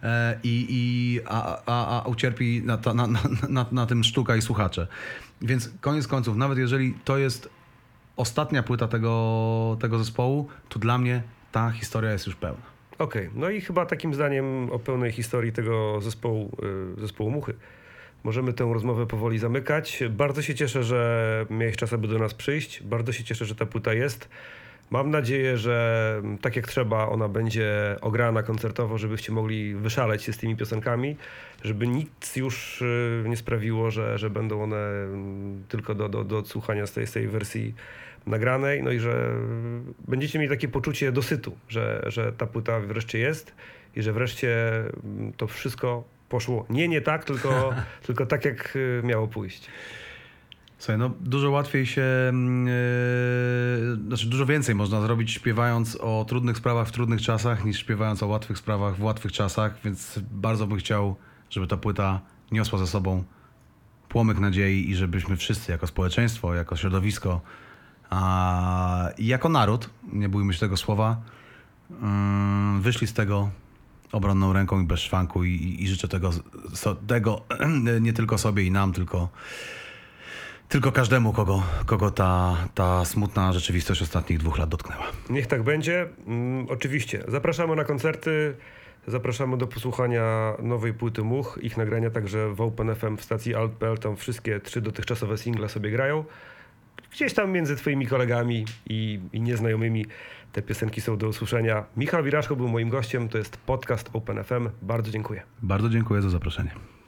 A ucierpi na tym sztuka i słuchacze. Więc koniec końców, nawet jeżeli to jest ostatnia płyta tego zespołu, to dla mnie ta historia jest już pełna. Okej, no i chyba takim zdaniem o pełnej historii tego zespołu Muchy możemy tę rozmowę powoli zamykać. Bardzo się cieszę, że miałeś czas, aby do nas przyjść. Bardzo się cieszę, że ta płyta jest. Mam nadzieję, że tak jak trzeba, ona będzie ograna koncertowo, żebyście mogli wyszaleć się z tymi piosenkami, żeby nic już nie sprawiło, że będą one tylko do odsłuchania z tej wersji nagranej, no i że będziecie mieli takie poczucie dosytu, że ta płyta wreszcie jest i że wreszcie to wszystko poszło nie tak, tylko tak, jak miało pójść. Słuchaj, no dużo łatwiej się, znaczy dużo więcej można zrobić śpiewając o trudnych sprawach w trudnych czasach niż śpiewając o łatwych sprawach w łatwych czasach, więc bardzo bym chciał, żeby ta płyta niosła ze sobą płomyk nadziei i żebyśmy wszyscy jako społeczeństwo, jako środowisko i jako naród, nie bójmy się tego słowa, wyszli z tego obronną ręką i bez szwanku i życzę tego nie tylko sobie i nam, tylko każdemu, kogo ta smutna rzeczywistość ostatnich 2 lat dotknęła. Niech tak będzie. Oczywiście. Zapraszamy na koncerty, zapraszamy do posłuchania nowej płyty Much, ich nagrania także w Open FM w stacji Alt.pl. Tam wszystkie 3 dotychczasowe single sobie grają. Gdzieś tam między twoimi kolegami i nieznajomymi te piosenki są do usłyszenia. Michał Wiraszko był moim gościem, to jest podcast Open FM. Bardzo dziękuję. Bardzo dziękuję za zaproszenie.